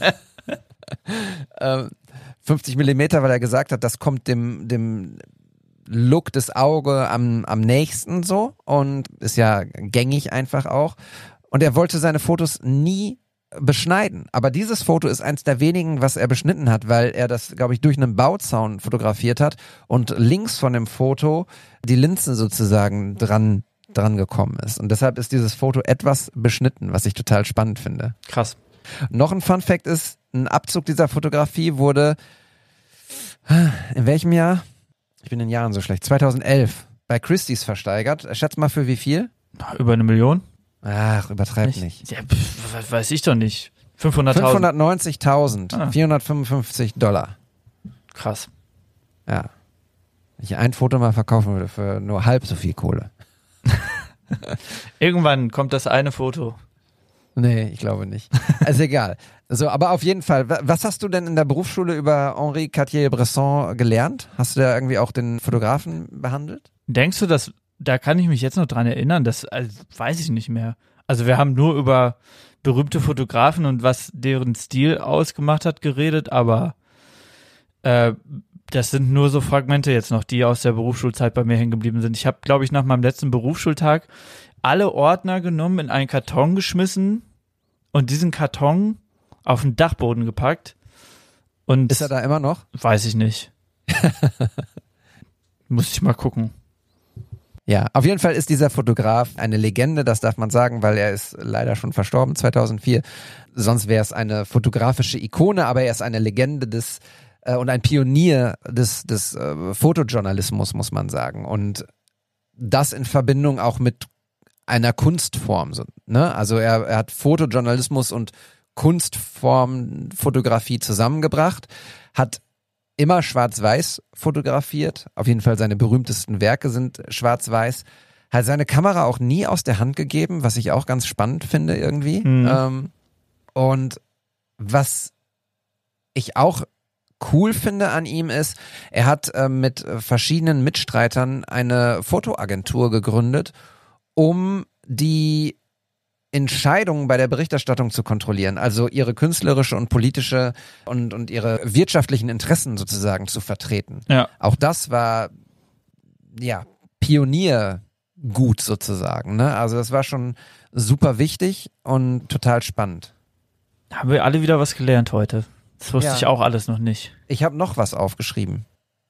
Speaker 1: ähm, fünfzig Millimeter, weil er gesagt hat, das kommt dem, dem Look des Auge am, am nächsten so und ist ja gängig einfach auch. Und er wollte seine Fotos nie beschneiden. Aber dieses Foto ist eins der wenigen, was er beschnitten hat, weil er das, glaube ich, durch einen Bauzaun fotografiert hat und links von dem Foto die Linse sozusagen dran, dran gekommen ist. Und deshalb ist dieses Foto etwas beschnitten, was ich total spannend finde.
Speaker 5: Krass.
Speaker 1: Noch ein Fun Fact ist, ein Abzug dieser Fotografie wurde in welchem Jahr? Ich bin in Jahren so schlecht. zweitausendelf bei Christie's versteigert. Schätz mal für wie viel?
Speaker 5: Über eine Million?
Speaker 1: Ach, übertreib nicht.
Speaker 5: Ja, pff, was weiß ich doch nicht. fünfhunderttausend.
Speaker 1: fünfhundertneunzigtausend.
Speaker 5: Ah.
Speaker 1: vierhundertfünfundfünfzig Dollar.
Speaker 5: Krass.
Speaker 1: Ja. Wenn ich ein Foto mal verkaufen würde für nur halb so viel Kohle.
Speaker 5: Irgendwann kommt das eine Foto.
Speaker 1: Nee, ich glaube nicht. Also egal. So, aber auf jeden Fall, was hast du denn in der Berufsschule über Henri Cartier-Bresson gelernt? Hast du da irgendwie auch den Fotografen behandelt?
Speaker 5: Denkst du, dass, da kann ich mich jetzt noch dran erinnern, das also, weiß ich nicht mehr. Also wir haben nur über berühmte Fotografen und was deren Stil ausgemacht hat geredet, aber äh, das sind nur so Fragmente jetzt noch, die aus der Berufsschulzeit bei mir hängen geblieben sind. Ich habe, glaube ich, nach meinem letzten Berufsschultag alle Ordner genommen, in einen Karton geschmissen und diesen Karton auf den Dachboden gepackt. Und
Speaker 1: Ist er da immer noch?
Speaker 5: weiß ich nicht. Muss ich mal gucken.
Speaker 1: Ja, auf jeden Fall ist dieser Fotograf eine Legende, das darf man sagen, weil er ist leider schon verstorben, zweitausendvier. Sonst wäre es eine fotografische Ikone, aber er ist eine Legende des äh, und ein Pionier des, des äh, Fotojournalismus, muss man sagen. Und das in Verbindung auch mit einer Kunstform. So, ne? Also er, er hat Fotojournalismus und Kunstform-Fotografie zusammengebracht, hat immer schwarz-weiß fotografiert, auf jeden Fall seine berühmtesten Werke sind schwarz-weiß, hat seine Kamera auch nie aus der Hand gegeben, was ich auch ganz spannend finde irgendwie. Mhm. Ähm, und was ich auch cool finde an ihm ist, er hat äh, mit verschiedenen Mitstreitern eine Fotoagentur gegründet, um die Entscheidungen bei der Berichterstattung zu kontrollieren, also ihre künstlerische und politische und, und ihre wirtschaftlichen Interessen sozusagen zu vertreten.
Speaker 5: Ja.
Speaker 1: Auch das war, ja, Pioniergut sozusagen, ne? Also das war schon super wichtig und total spannend.
Speaker 5: Haben wir alle wieder was gelernt heute. Das wusste
Speaker 1: Ja.
Speaker 5: ich auch alles noch nicht.
Speaker 1: Ich habe noch was aufgeschrieben,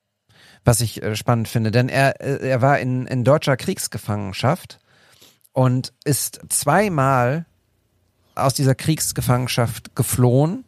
Speaker 1: was ich äh, spannend finde, denn er, äh, er war in, in deutscher Kriegsgefangenschaft und ist zweimal aus dieser Kriegsgefangenschaft geflohen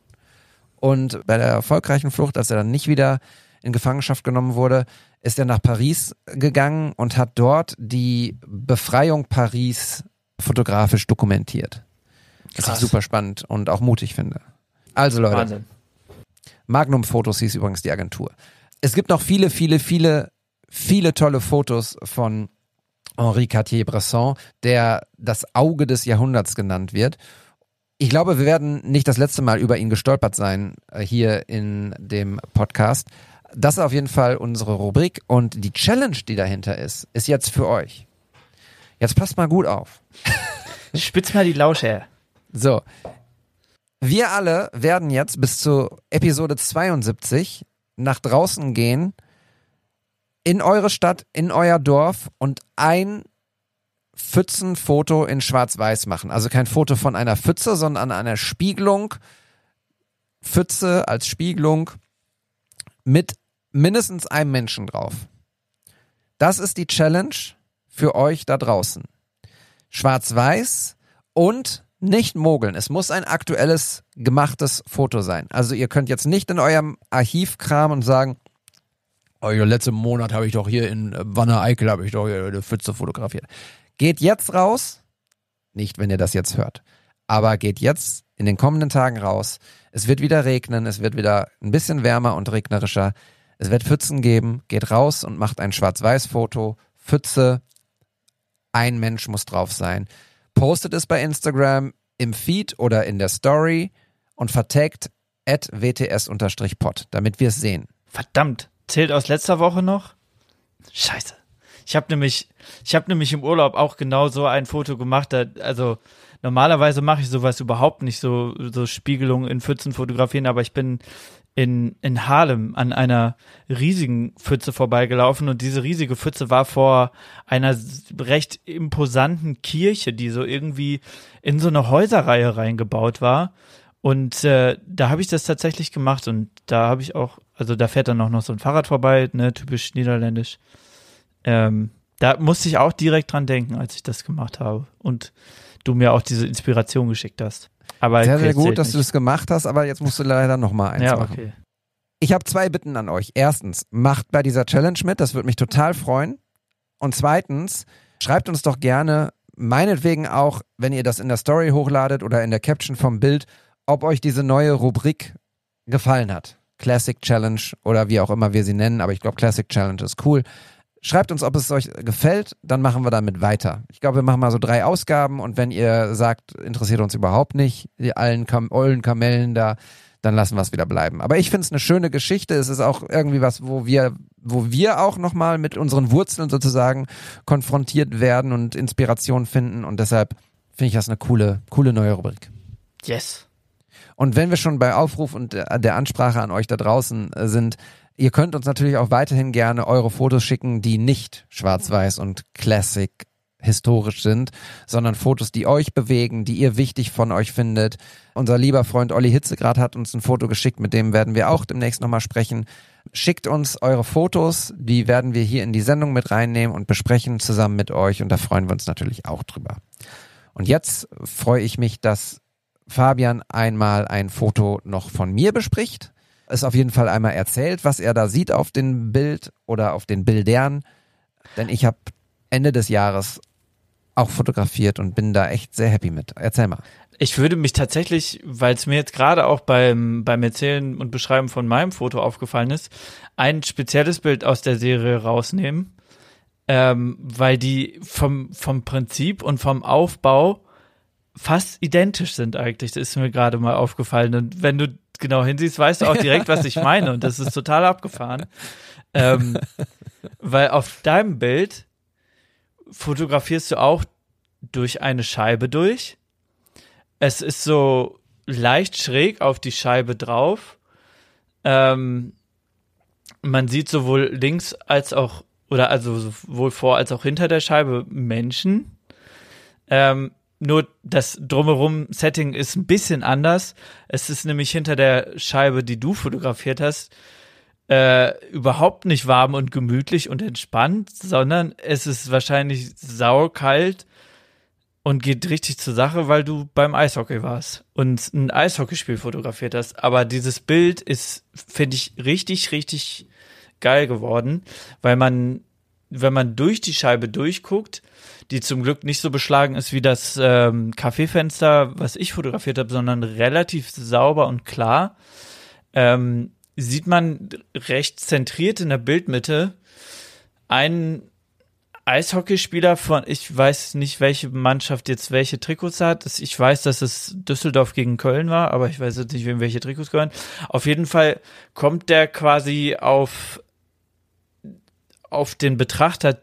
Speaker 1: und bei der erfolgreichen Flucht, als er dann nicht wieder in Gefangenschaft genommen wurde, ist er nach Paris gegangen und hat dort die Befreiung Paris fotografisch dokumentiert. Was ich super spannend und auch mutig finde. Also Leute,
Speaker 5: Wahnsinn.
Speaker 1: Magnum Fotos hieß übrigens die Agentur. Es gibt noch viele, viele, viele, viele tolle Fotos von Henri Cartier-Bresson, der das Auge des Jahrhunderts genannt wird. Ich glaube, wir werden nicht das letzte Mal über ihn gestolpert sein, äh, hier in dem Podcast. Das ist auf jeden Fall unsere Rubrik und die Challenge, die dahinter ist, ist jetzt für euch. Jetzt passt mal gut auf.
Speaker 5: Spitz mal die Lauscher.
Speaker 1: So, wir alle werden jetzt bis zu Episode zweiundsiebzig nach draußen gehen, in eure Stadt, in euer Dorf und ein Pfützenfoto in Schwarz-Weiß machen. Also kein Foto von einer Pfütze, sondern einer Spiegelung. Pfütze als Spiegelung mit mindestens einem Menschen drauf. Das ist die Challenge für euch da draußen. Schwarz-Weiß und nicht mogeln. Es muss ein aktuelles, gemachtes Foto sein. Also ihr könnt jetzt nicht in eurem Archiv kramen und sagen, oh, letzten Monat habe ich doch hier in Wanne-Eickel habe ich doch hier eine Pfütze fotografiert. Geht jetzt raus, nicht wenn ihr das jetzt hört, aber geht jetzt in den kommenden Tagen raus. Es wird wieder regnen, es wird wieder ein bisschen wärmer und regnerischer. Es wird Pfützen geben. Geht raus und macht ein Schwarz-Weiß-Foto. Pfütze, ein Mensch muss drauf sein. Postet es bei Instagram im Feed oder in der Story und vertagt at w t s pod, damit wir es sehen.
Speaker 5: Verdammt, zählt aus letzter Woche noch? Scheiße. Ich habe nämlich, ich habe nämlich im Urlaub auch genau so ein Foto gemacht. Da, also normalerweise mache ich sowas überhaupt nicht, so so Spiegelungen in Pfützen fotografieren, aber ich bin in in Haarlem an einer riesigen Pfütze vorbeigelaufen und diese riesige Pfütze war vor einer recht imposanten Kirche, die so irgendwie in so eine Häuserreihe reingebaut war. Und äh, da habe ich das tatsächlich gemacht und da habe ich auch, also da fährt dann auch noch so ein Fahrrad vorbei, ne, typisch niederländisch. Ähm, da musste ich auch direkt dran denken, als ich das gemacht habe und du mir auch diese Inspiration geschickt hast. Aber
Speaker 1: sehr,
Speaker 5: okay,
Speaker 1: sehr gut,
Speaker 5: zählt
Speaker 1: dass
Speaker 5: nicht.
Speaker 1: du das gemacht hast, aber jetzt musst du leider nochmal eins
Speaker 5: Ja,
Speaker 1: machen.
Speaker 5: okay.
Speaker 1: Ich habe zwei Bitten an euch. Erstens, macht bei dieser Challenge mit, das würde mich total freuen. Und zweitens, schreibt uns doch gerne, meinetwegen auch, wenn ihr das in der Story hochladet oder in der Caption vom Bild, ob euch diese neue Rubrik gefallen hat. Classic Challenge oder wie auch immer wir sie nennen, aber ich glaube Classic Challenge ist cool. Schreibt uns, ob es euch gefällt, dann machen wir damit weiter. Ich glaube, wir machen mal so drei Ausgaben und wenn ihr sagt, interessiert uns überhaupt nicht, die allen Kam- ollen Kamellen da, dann lassen wir es wieder bleiben. Aber ich finde es eine schöne Geschichte. Es ist auch irgendwie was, wo wir, wo wir auch nochmal mit unseren Wurzeln sozusagen konfrontiert werden und Inspiration finden und deshalb finde ich das eine coole, coole neue Rubrik.
Speaker 5: Yes.
Speaker 1: Und wenn wir schon bei Aufruf und der Ansprache an euch da draußen sind, ihr könnt uns natürlich auch weiterhin gerne eure Fotos schicken, die nicht schwarz-weiß und Classic historisch sind, sondern Fotos, die euch bewegen, die ihr wichtig von euch findet. Unser lieber Freund Olli Hitzegrad hat uns ein Foto geschickt, mit dem werden wir auch demnächst nochmal sprechen. Schickt uns eure Fotos, die werden wir hier in die Sendung mit reinnehmen und besprechen zusammen mit euch und da freuen wir uns natürlich auch drüber. Und jetzt freue ich mich, dass Fabian einmal ein Foto noch von mir bespricht. Es auf jeden Fall einmal erzählt, was er da sieht auf dem Bild oder auf den Bildern. Denn ich habe Ende des Jahres auch fotografiert und bin da echt sehr happy mit. Erzähl mal.
Speaker 5: Ich würde mich tatsächlich, weil es mir jetzt gerade auch beim, beim Erzählen und Beschreiben von meinem Foto aufgefallen ist, ein spezielles Bild aus der Serie rausnehmen, ähm, weil die vom, vom Prinzip und vom Aufbau fast identisch sind eigentlich. Das ist mir gerade mal aufgefallen. Und wenn du genau hinsiehst, weißt du auch direkt, was ich meine. Und das ist total abgefahren. Ähm, weil auf deinem Bild fotografierst du auch durch eine Scheibe durch. Es ist so leicht schräg auf die Scheibe drauf. Ähm, man sieht sowohl links als auch, oder also sowohl vor als auch hinter der Scheibe Menschen. Ähm, nur das Drumherum-Setting ist ein bisschen anders. Es ist nämlich hinter der Scheibe, die du fotografiert hast, äh, überhaupt nicht warm und gemütlich und entspannt, sondern es ist wahrscheinlich saukalt und geht richtig zur Sache, weil du beim Eishockey warst und ein Eishockeyspiel fotografiert hast. Aber dieses Bild ist, finde ich, richtig, richtig geil geworden, weil man, wenn man durch die Scheibe durchguckt, die zum Glück nicht so beschlagen ist wie das ähm, Kaffeefenster, was ich fotografiert habe, sondern relativ sauber und klar, ähm, sieht man recht zentriert in der Bildmitte einen Eishockeyspieler von, ich weiß nicht, welche Mannschaft jetzt welche Trikots hat. Ich weiß, dass es Düsseldorf gegen Köln war, aber ich weiß jetzt nicht, wem welche Trikots gehören. Auf jeden Fall kommt der quasi auf, auf den Betrachter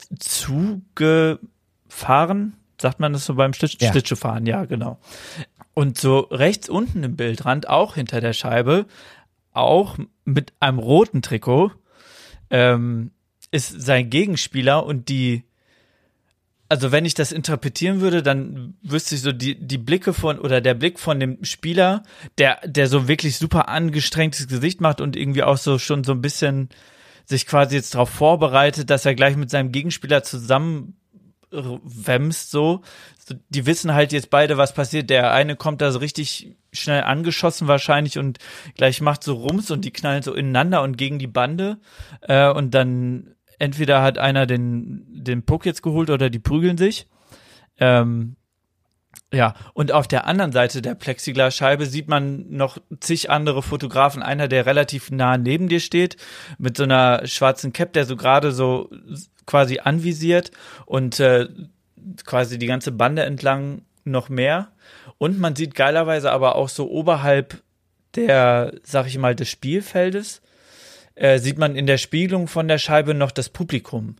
Speaker 5: zugefahren. Sagt man das so beim Schlitsch-
Speaker 1: Ja.
Speaker 5: Schlittschuhfahren? Ja, genau. Und so rechts unten im Bildrand, auch hinter der Scheibe, auch mit einem roten Trikot, ähm, ist sein Gegenspieler und die, also wenn ich das interpretieren würde, dann wüsste ich so die, die Blicke von, oder der Blick von dem Spieler, der, der so wirklich super angestrengtes Gesicht macht und irgendwie auch so schon so ein bisschen sich quasi jetzt darauf vorbereitet, dass er gleich mit seinem Gegenspieler zusammenwämst, so. Die wissen halt jetzt beide, was passiert. Der eine kommt da so richtig schnell angeschossen wahrscheinlich und gleich macht so Rums und die knallen so ineinander und gegen die Bande. Äh, und dann entweder hat einer den, den Puck jetzt geholt oder die prügeln sich. Ähm, ja, und auf der anderen Seite der Plexiglasscheibe sieht man noch zig andere Fotografen. Einer, der relativ nah neben dir steht, mit so einer schwarzen Cap, der so gerade so quasi anvisiert und äh, quasi die ganze Bande entlang noch mehr. Und man sieht geilerweise aber auch so oberhalb der, sag ich mal, des Spielfeldes, äh, sieht man in der Spiegelung von der Scheibe noch das Publikum.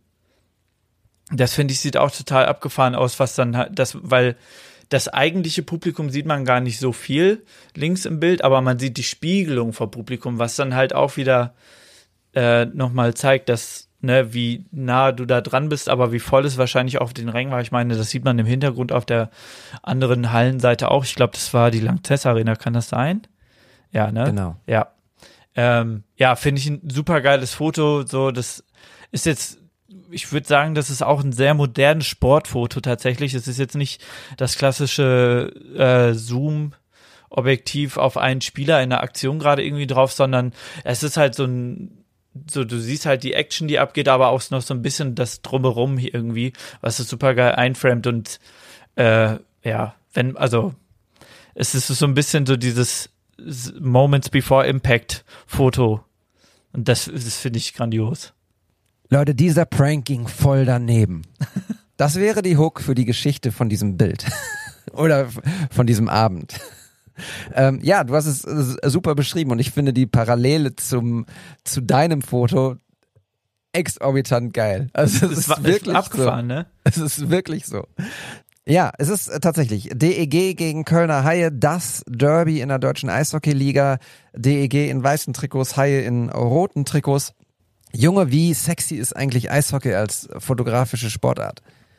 Speaker 5: Das finde ich, sieht auch total abgefahren aus, was dann halt, das, weil das eigentliche Publikum sieht man gar nicht so viel links im Bild, aber man sieht die Spiegelung vom Publikum, was dann halt auch wieder äh, nochmal zeigt, dass, ne, wie nah du da dran bist, aber wie voll es wahrscheinlich auf den Rängen war. Ich meine, das sieht man im Hintergrund auf der anderen Hallenseite auch. Ich glaube, das war die Lanxess Arena, kann das sein? Ja, ne?
Speaker 1: Genau.
Speaker 5: Ja. Ähm, ja, finde ich ein super geiles Foto. So, das ist jetzt, ich würde sagen, das ist auch ein sehr modernes Sportfoto tatsächlich. Es ist jetzt nicht das klassische äh, Zoom-Objektiv auf einen Spieler in der Aktion gerade irgendwie drauf, sondern es ist halt so ein, so, du siehst halt die Action, die abgeht, aber auch noch so ein bisschen das Drumherum hier irgendwie, was es super geil einframet und äh, ja, wenn, also es ist so ein bisschen so dieses Moments Before Impact Foto und das, das finde ich grandios.
Speaker 1: Leute, dieser Prank ging voll daneben. Das wäre die Hook für die Geschichte von diesem Bild. Oder von diesem Abend. Ähm, ja, du hast es äh, super beschrieben und ich finde die Parallele zum zu deinem Foto exorbitant geil. Also es
Speaker 5: Das
Speaker 1: ist
Speaker 5: war
Speaker 1: wirklich
Speaker 5: ist abgefahren,
Speaker 1: so.
Speaker 5: ne?
Speaker 1: Es ist wirklich so. Ja, es ist äh, tatsächlich D E G gegen Kölner Haie, das Derby in der deutschen Eishockeyliga. D E G in weißen Trikots, Haie in roten Trikots. Junge, wie sexy ist eigentlich Eishockey als fotografische Sportart?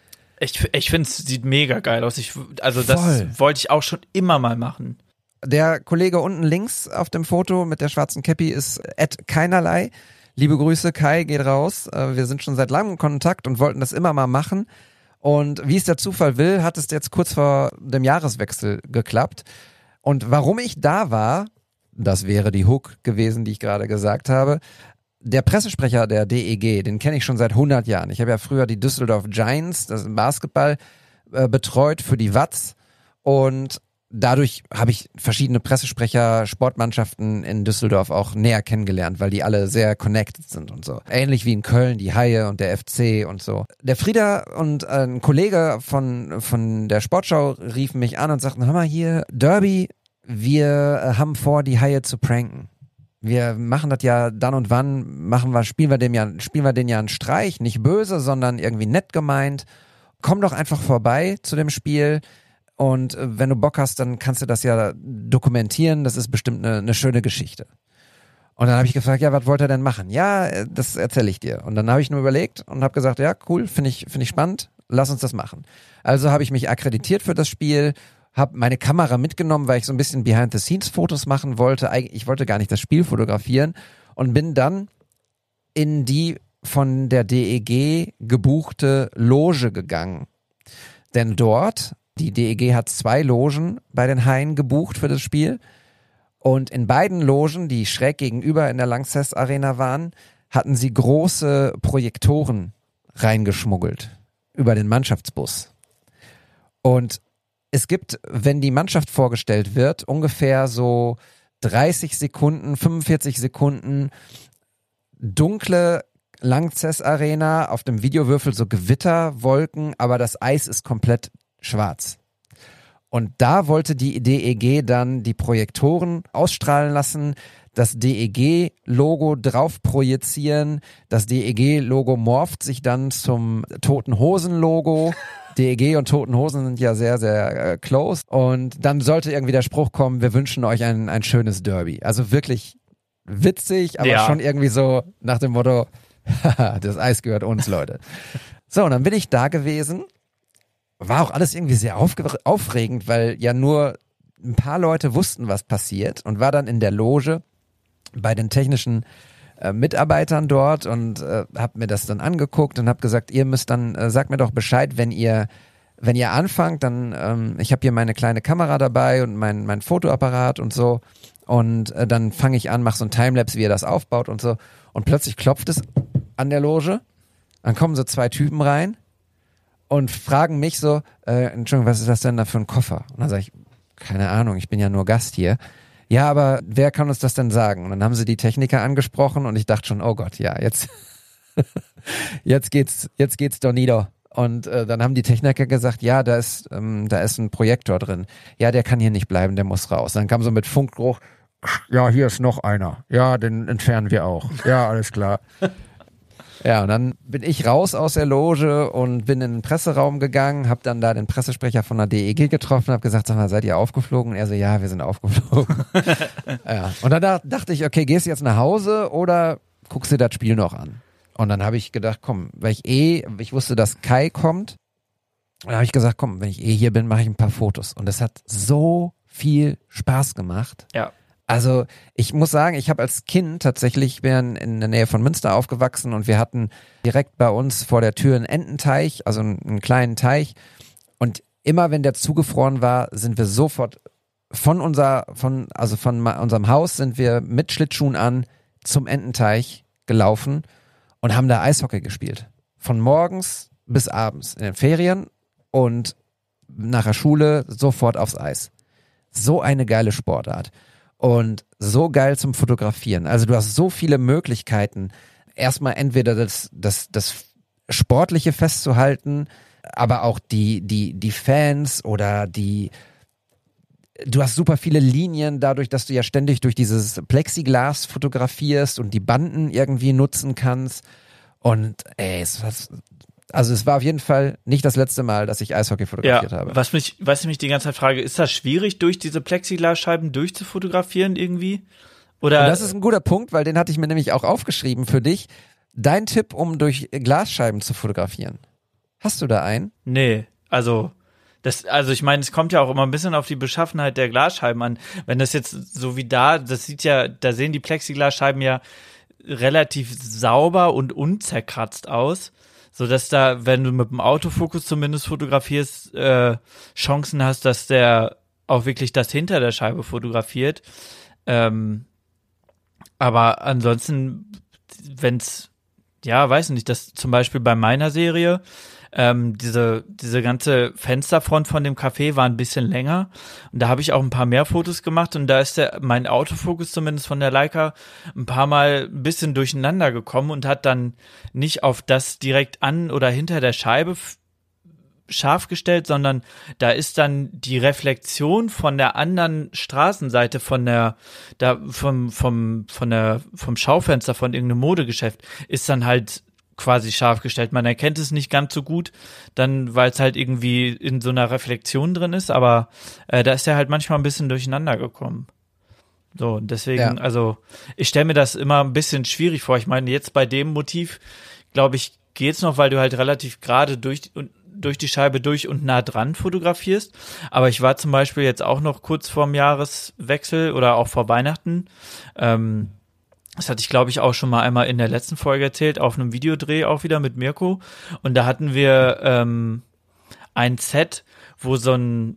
Speaker 5: Ich, ich finde, es sieht mega geil aus. Ich, also das
Speaker 1: Voll.
Speaker 5: wollte ich auch schon immer mal machen.
Speaker 1: Der Kollege unten links auf dem Foto mit der schwarzen Cappy ist Ed Keinerlei. Liebe Grüße, Kai, geht raus. Wir sind schon seit langem in Kontakt und wollten das immer mal machen. Und wie es der Zufall will, hat es jetzt kurz vor dem Jahreswechsel geklappt. Und warum ich da war, das wäre die Hook gewesen, die ich gerade gesagt habe. Der Pressesprecher der D E G, den kenne ich schon seit hundert Jahren. Ich habe ja früher die Düsseldorf Giants, das ist Basketball, äh, betreut für die Watz. Und dadurch habe ich verschiedene Pressesprecher, Sportmannschaften in Düsseldorf auch näher kennengelernt, weil die alle sehr connected sind und so. Ähnlich wie in Köln, die Haie und der F C und so. Der Frieda und ein Kollege von, von der Sportschau riefen mich an und sagten, hör mal hier, Derby, wir haben vor, die Haie zu pranken. Wir machen das ja dann und wann, machen wir, spielen wir dem ja, spielen wir den ja einen Streich, nicht böse, sondern irgendwie nett gemeint. Komm doch einfach vorbei zu dem Spiel. Und wenn du Bock hast, dann kannst du das ja dokumentieren. Das ist bestimmt eine, eine schöne Geschichte. Und dann habe ich gefragt, ja, was wollt ihr denn machen? Ja, das erzähle ich dir. Und dann habe ich nur überlegt und habe gesagt, ja, cool, finde ich, finde ich spannend, lass uns das machen. Also habe ich mich akkreditiert für das Spiel, habe meine Kamera mitgenommen, weil ich so ein bisschen Behind-the-Scenes-Fotos machen wollte. Ich wollte gar nicht das Spiel fotografieren und bin dann in die von der D E G gebuchte Loge gegangen. Denn dort, die D E G hat zwei Logen bei den Haien gebucht für das Spiel und in beiden Logen, die schräg gegenüber in der Lanxess Arena waren, hatten sie große Projektoren reingeschmuggelt über den Mannschaftsbus. Und es gibt, wenn die Mannschaft vorgestellt wird, ungefähr so dreißig Sekunden, fünfundvierzig Sekunden dunkle Lanxess Arena, auf dem Videowürfel so Gewitterwolken, aber das Eis ist komplett schwarz. Und da wollte die D E G dann die Projektoren ausstrahlen lassen, das D E G-Logo drauf projizieren, das D E G-Logo morpht sich dann zum Toten Hosen-Logo. D E G und Toten Hosen sind ja sehr, sehr äh, close. Und dann sollte irgendwie der Spruch kommen, wir wünschen euch ein, ein schönes Derby. Also wirklich witzig, aber
Speaker 5: ja.
Speaker 1: schon irgendwie so nach dem Motto, das Eis gehört uns, Leute. So, und dann bin ich da gewesen. War auch alles irgendwie sehr aufge- aufregend, weil ja nur ein paar Leute wussten, was passiert und war dann in der Loge bei den technischen äh, Mitarbeitern dort und äh, hab mir das dann angeguckt und hab gesagt, ihr müsst dann, äh, sagt mir doch Bescheid, wenn ihr wenn ihr anfangt, dann, ähm, ich habe hier meine kleine Kamera dabei und mein mein Fotoapparat und so und äh, dann fange ich an, mach so ein Timelapse, wie ihr das aufbaut und so und plötzlich klopft es an der Loge, dann kommen so zwei Typen rein und fragen mich so, äh, Entschuldigung, was ist das denn da für ein Koffer? Und dann sage ich, keine Ahnung, ich bin ja nur Gast hier. Ja, aber wer kann uns das denn sagen? Und dann haben sie die Techniker angesprochen und ich dachte schon, oh Gott, ja, jetzt jetzt geht's, jetzt geht's Donido. Und äh, dann haben die Techniker gesagt, ja, da ist, ähm, da ist ein Projektor drin. Ja, der kann hier nicht bleiben, der muss raus. Dann kam so mit Funkgeruch, ja, hier ist noch einer. Ja, den entfernen wir auch. Ja, alles klar. Ja, und dann bin ich raus aus der Loge und bin in den Presseraum gegangen, hab dann da den Pressesprecher von der D E G getroffen, hab gesagt, sag mal, seid ihr aufgeflogen? Und er so, ja, wir sind aufgeflogen. Ja. Und dann da, dachte ich, okay, gehst du jetzt nach Hause oder guckst dir das Spiel noch an? Und dann habe ich gedacht, komm, weil ich eh, ich wusste, dass Kai kommt, dann habe ich gesagt, komm, wenn ich eh hier bin, mache ich ein paar Fotos. Und das hat so viel Spaß gemacht.
Speaker 5: Ja.
Speaker 1: Also ich muss sagen, ich habe als Kind tatsächlich, ich bin in der Nähe von Münster aufgewachsen und wir hatten direkt bei uns vor der Tür einen Ententeich, also einen, einen kleinen Teich und immer wenn der zugefroren war, sind wir sofort von unser, von, also von unserem Haus sind wir mit Schlittschuhen an zum Ententeich gelaufen und haben da Eishockey gespielt. Von morgens bis abends in den Ferien und nach der Schule sofort aufs Eis. So eine geile Sportart. Und so geil zum Fotografieren. Also du hast so viele Möglichkeiten, erstmal entweder das, das, das Sportliche festzuhalten, aber auch die, die, die Fans oder die, du hast super viele Linien dadurch, dass du ja ständig durch dieses Plexiglas fotografierst und die Banden irgendwie nutzen kannst. Und ey, es war, also es war auf jeden Fall nicht das letzte Mal, dass ich Eishockey fotografiert
Speaker 5: ja,
Speaker 1: habe.
Speaker 5: Was mich, was ich mich die ganze Zeit frage, ist das schwierig, durch diese Plexiglasscheiben durchzufotografieren irgendwie? Oder?
Speaker 1: Und das ist ein guter Punkt, weil den hatte ich mir nämlich auch aufgeschrieben für dich. Dein Tipp, um durch Glasscheiben zu fotografieren. Hast du da einen?
Speaker 5: Nee, also das, also ich meine, es kommt ja auch immer ein bisschen auf die Beschaffenheit der Glasscheiben an. Wenn das jetzt so wie da, das sieht ja, da sehen die Plexiglasscheiben ja relativ sauber und unzerkratzt aus, so dass da, wenn du mit dem Autofokus zumindest fotografierst, äh, Chancen hast, dass der auch wirklich das hinter der Scheibe fotografiert. Ähm, aber ansonsten, wenn's, ja, weiß nicht, dass zum Beispiel bei meiner Serie Ähm, diese diese ganze Fensterfront von dem Café war ein bisschen länger und da habe ich auch ein paar mehr Fotos gemacht und da ist der mein Autofokus zumindest von der Leica ein paar Mal ein bisschen durcheinander gekommen und hat dann nicht auf das direkt an oder hinter der Scheibe f- scharf gestellt, sondern da ist dann die Reflexion von der anderen Straßenseite von der da vom vom von der vom Schaufenster von irgendeinem Modegeschäft ist dann halt quasi scharf gestellt. Man erkennt es nicht ganz so gut, dann, weil es halt irgendwie in so einer Reflexion drin ist, aber äh, da ist er halt manchmal ein bisschen durcheinander gekommen. So, und deswegen,
Speaker 1: Ja.
Speaker 5: also ich stelle mir das immer ein bisschen schwierig vor. Ich meine, jetzt bei dem Motiv, glaube ich, geht's noch, weil du halt relativ gerade durch und durch die Scheibe durch und nah dran fotografierst. Aber ich war zum Beispiel jetzt auch noch kurz vorm Jahreswechsel oder auch vor Weihnachten, ähm, das hatte ich, glaube ich, auch schon mal einmal in der letzten Folge erzählt, auf einem Videodreh auch wieder mit Mirko. Und da hatten wir ähm, ein Set, wo so ein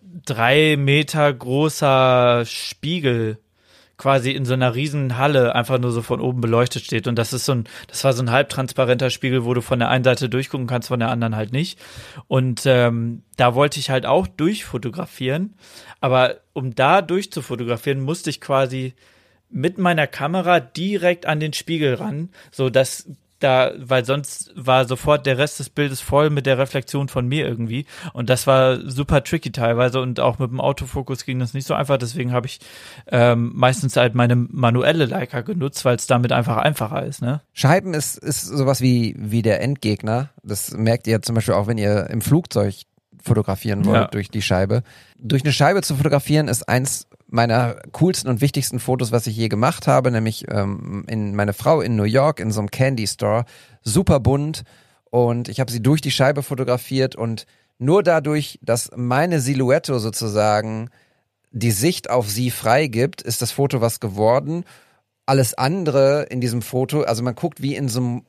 Speaker 5: drei Meter großer Spiegel quasi in so einer riesen Halle einfach nur so von oben beleuchtet steht. Und das ist so ein, das war so ein halbtransparenter Spiegel, wo du von der einen Seite durchgucken kannst, von der anderen halt nicht. Und ähm, da wollte ich halt auch durchfotografieren. Aber um da durchzufotografieren, musste ich quasi mit meiner Kamera direkt an den Spiegel ran, so dass da, weil sonst war sofort der Rest des Bildes voll mit der Reflexion von mir irgendwie und das war super tricky teilweise und auch mit dem Autofokus ging das nicht so einfach, deswegen habe ich ähm, meistens halt meine manuelle Leica genutzt, weil es damit einfach einfacher ist, ne?
Speaker 1: Scheiben ist, ist sowas wie, wie der Endgegner. Das merkt ihr zum Beispiel auch, wenn ihr im Flugzeug fotografieren wollt,
Speaker 5: Ja.
Speaker 1: durch die Scheibe. Durch eine Scheibe zu fotografieren ist eins meiner coolsten und wichtigsten Fotos, was ich je gemacht habe, nämlich ähm, in meine Frau in New York in so einem Candy Store, super bunt und ich habe sie durch die Scheibe fotografiert und nur dadurch, dass meine Silhouette sozusagen die Sicht auf sie freigibt, ist das Foto was geworden. Alles andere in diesem Foto, also man guckt wie in so einem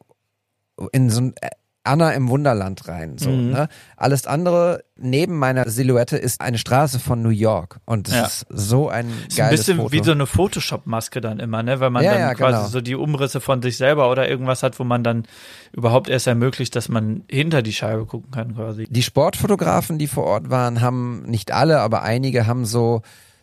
Speaker 1: in so ein Anna im Wunderland rein, so,
Speaker 5: Mhm.
Speaker 1: ne? Alles andere neben meiner Silhouette ist eine Straße von New York und das
Speaker 5: Ja.
Speaker 1: ist so ein
Speaker 5: Ist ein
Speaker 1: geiles
Speaker 5: bisschen
Speaker 1: Foto.
Speaker 5: wie so eine Photoshop-Maske dann immer, ne? Weil man
Speaker 1: Ja,
Speaker 5: dann
Speaker 1: ja,
Speaker 5: quasi
Speaker 1: genau.
Speaker 5: so die Umrisse von sich selber oder irgendwas hat, wo man dann überhaupt erst ermöglicht, dass man hinter die Scheibe gucken kann quasi.
Speaker 1: Die Sportfotografen, die vor Ort waren, haben, nicht alle, aber einige haben so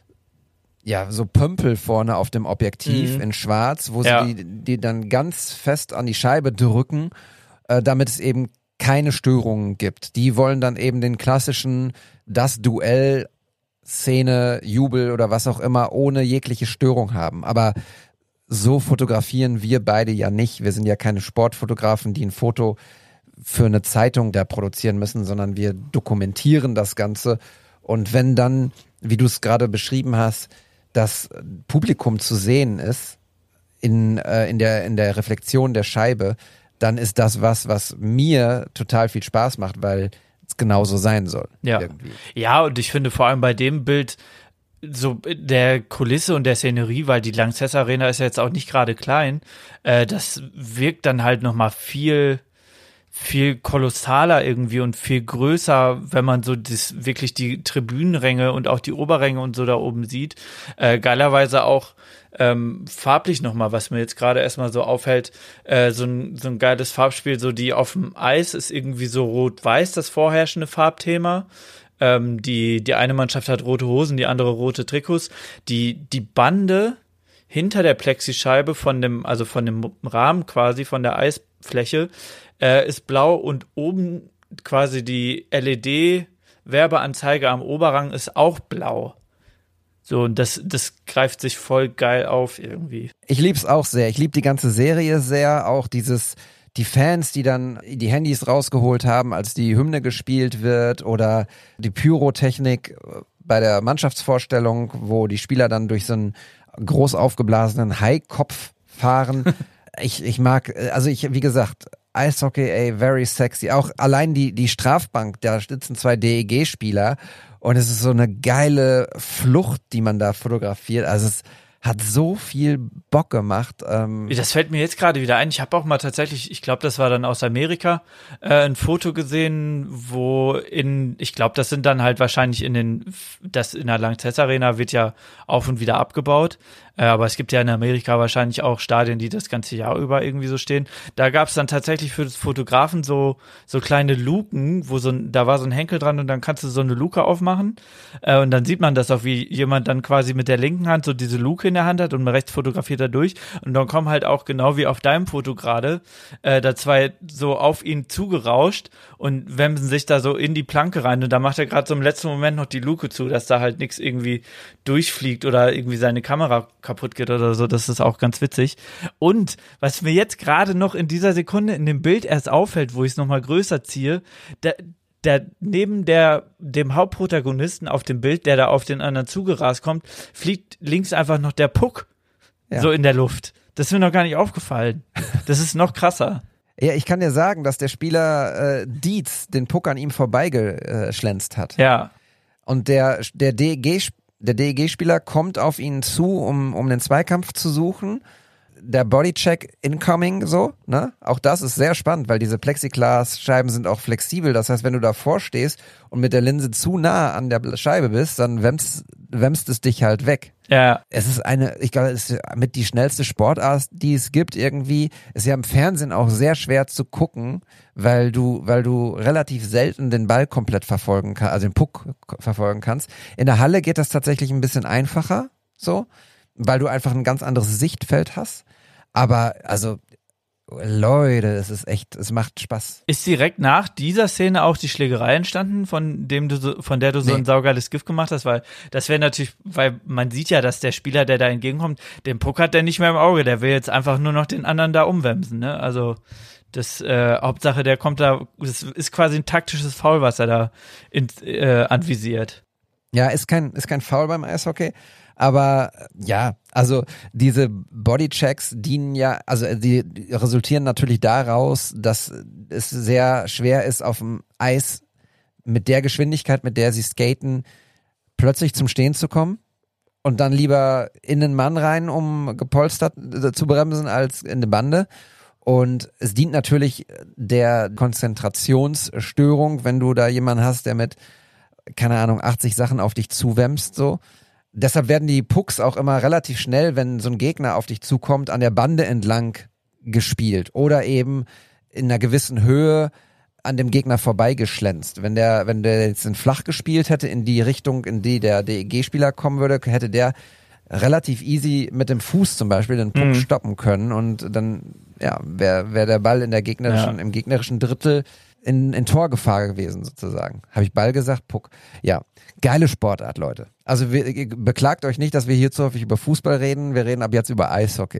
Speaker 1: ja, so Pömpel vorne auf dem Objektiv
Speaker 5: Mhm.
Speaker 1: in schwarz, wo
Speaker 5: Ja.
Speaker 1: sie die, die dann ganz fest an die Scheibe drücken, äh, damit es eben keine Störungen gibt. Die wollen dann eben den klassischen, das Duell, Szene, Jubel oder was auch immer ohne jegliche Störung haben. Aber so fotografieren wir beide ja nicht. Wir sind ja keine Sportfotografen, die ein Foto für eine Zeitung da produzieren müssen, sondern wir dokumentieren das Ganze. Und wenn dann, wie du es gerade beschrieben hast, das Publikum zu sehen ist in, äh, in, der, in der Reflexion der Scheibe, dann ist das was, was mir total viel Spaß macht, weil es genauso sein soll.
Speaker 5: Ja.
Speaker 1: Irgendwie.
Speaker 5: Ja, und ich finde vor allem bei dem Bild so der Kulisse und der Szenerie, weil die Lanxess Arena ist ja jetzt auch nicht gerade klein, äh, das wirkt dann halt nochmal viel viel kolossaler irgendwie und viel größer, wenn man so das wirklich die Tribünenränge und auch die Oberränge und so da oben sieht. Äh, geilerweise auch ähm, farblich nochmal, was mir jetzt gerade erstmal so auffällt, äh, so ein, so ein geiles Farbspiel, so die auf dem Eis ist irgendwie so rot-weiß das vorherrschende Farbthema. Ähm, die, die eine Mannschaft hat rote Hosen, die andere rote Trikots. Die, die Bande hinter der Plexischeibe von dem, also von dem Rahmen quasi, von der Eisfläche, äh, ist blau und oben quasi die L E D-Werbeanzeige am Oberrang ist auch blau. So, und das, das greift sich voll geil auf irgendwie.
Speaker 1: Ich lieb's auch sehr. Ich lieb die ganze Serie sehr. Auch dieses, die Fans, die dann die Handys rausgeholt haben, als die Hymne gespielt wird oder die Pyrotechnik bei der Mannschaftsvorstellung, wo die Spieler dann durch so einen groß aufgeblasenen Haikopf fahren. ich, ich mag, also ich, wie gesagt, Eishockey, ey, very sexy. Auch allein die, die Strafbank, da sitzen zwei D E G-Spieler und es ist so eine geile Flucht, die man da fotografiert. Also es hat so viel Bock gemacht. Ähm
Speaker 5: Das fällt mir jetzt gerade wieder ein. Ich habe auch mal tatsächlich, ich glaube, das war dann aus Amerika, äh, ein Foto gesehen, wo in, ich glaube, das sind dann halt wahrscheinlich in den, das in der Lanxess Arena wird ja auf und wieder abgebaut. Äh, aber es gibt ja in Amerika wahrscheinlich auch Stadien, die das ganze Jahr über irgendwie so stehen. Da gab es dann tatsächlich für das Fotografen so so kleine Luken, wo so ein, da war so ein Henkel dran und dann kannst du so eine Luke aufmachen äh, und dann sieht man das auch, wie jemand dann quasi mit der linken Hand so diese Luke in der Hand hat und rechts fotografiert er durch und dann kommen halt auch genau wie auf deinem Foto gerade äh, da zwei so auf ihn zugerauscht und wemsen sich da so in die Planke rein und da macht er gerade so im letzten Moment noch die Luke zu, dass da halt nichts irgendwie durchfliegt oder irgendwie seine Kamera kaputt geht oder so, das ist auch ganz witzig. Und was mir jetzt gerade noch in dieser Sekunde in dem Bild erst auffällt, wo ich es nochmal größer ziehe, der, der neben der dem Hauptprotagonisten auf dem Bild, der da auf den anderen zugerast kommt, fliegt links einfach noch der Puck
Speaker 1: Ja.
Speaker 5: so in der Luft. Das ist mir noch gar nicht aufgefallen. Das ist noch krasser.
Speaker 1: Ja, ich kann dir sagen, dass der Spieler äh, Dietz den Puck an ihm vorbeigeschlänzt hat.
Speaker 5: Ja.
Speaker 1: Und der, der D E G, der D E G-Spieler kommt auf ihn zu, um, um den Zweikampf zu suchen. Der Bodycheck incoming, so, ne? Auch das ist sehr spannend, weil diese Plexiglasscheiben sind auch flexibel. Das heißt, wenn du davor stehst und mit der Linse zu nah an der Scheibe bist, dann wämst, wämst es dich halt weg.
Speaker 5: Ja.
Speaker 1: Es ist eine, ich glaube, es ist mit die schnellste Sportart, die es gibt irgendwie. Ist ja im Fernsehen auch sehr schwer zu gucken, weil du, weil du relativ selten den Ball komplett verfolgen kannst, also den Puck verfolgen kannst. In der Halle geht das tatsächlich ein bisschen einfacher, so, weil du einfach ein ganz anderes Sichtfeld hast. Aber, also, Leute, es ist echt, es macht Spaß.
Speaker 5: Ist direkt nach dieser Szene auch die Schlägerei entstanden, von dem du so, von der du so
Speaker 1: Nee.
Speaker 5: ein saugeiles Gift gemacht hast? Weil das wäre natürlich, weil man sieht ja, dass der Spieler, der da entgegenkommt, den Puck hat der nicht mehr im Auge, der will jetzt einfach nur noch den anderen da umwemsen, ne? Also das äh, Hauptsache, der kommt da, das ist quasi ein taktisches Foul, was er da in, äh, anvisiert.
Speaker 1: Ja, ist kein, ist kein Foul beim Eishockey. Aber ja, also diese Bodychecks dienen ja, also die, die resultieren natürlich daraus, dass es sehr schwer ist, auf dem Eis mit der Geschwindigkeit, mit der sie skaten, plötzlich zum Stehen zu kommen und dann lieber in den Mann rein, um gepolstert äh, zu bremsen, als in die Bande. Und es dient natürlich der Konzentrationsstörung, wenn du da jemanden hast, der mit, keine Ahnung, achtzig Sachen auf dich zuwämst, so. Deshalb werden die Pucks auch immer relativ schnell, wenn so ein Gegner auf dich zukommt, an der Bande entlang gespielt oder eben in einer gewissen Höhe an dem Gegner vorbeigeschlänzt. Wenn der, wenn der jetzt in flach gespielt hätte, in die Richtung, in die der D E G-Spieler kommen würde, hätte der relativ easy mit dem Fuß zum Beispiel den Puck
Speaker 5: Mhm.
Speaker 1: stoppen können und dann ja, wäre wär der Ball in der gegnerischen,
Speaker 5: Ja.
Speaker 1: im gegnerischen Drittel in, in Torgefahr gewesen sozusagen. Habe ich Ball gesagt? Puck. Ja, geile Sportart, Leute. Also wir, ihr beklagt euch nicht, dass wir hier zu häufig über Fußball reden. Wir reden ab jetzt über Eishockey.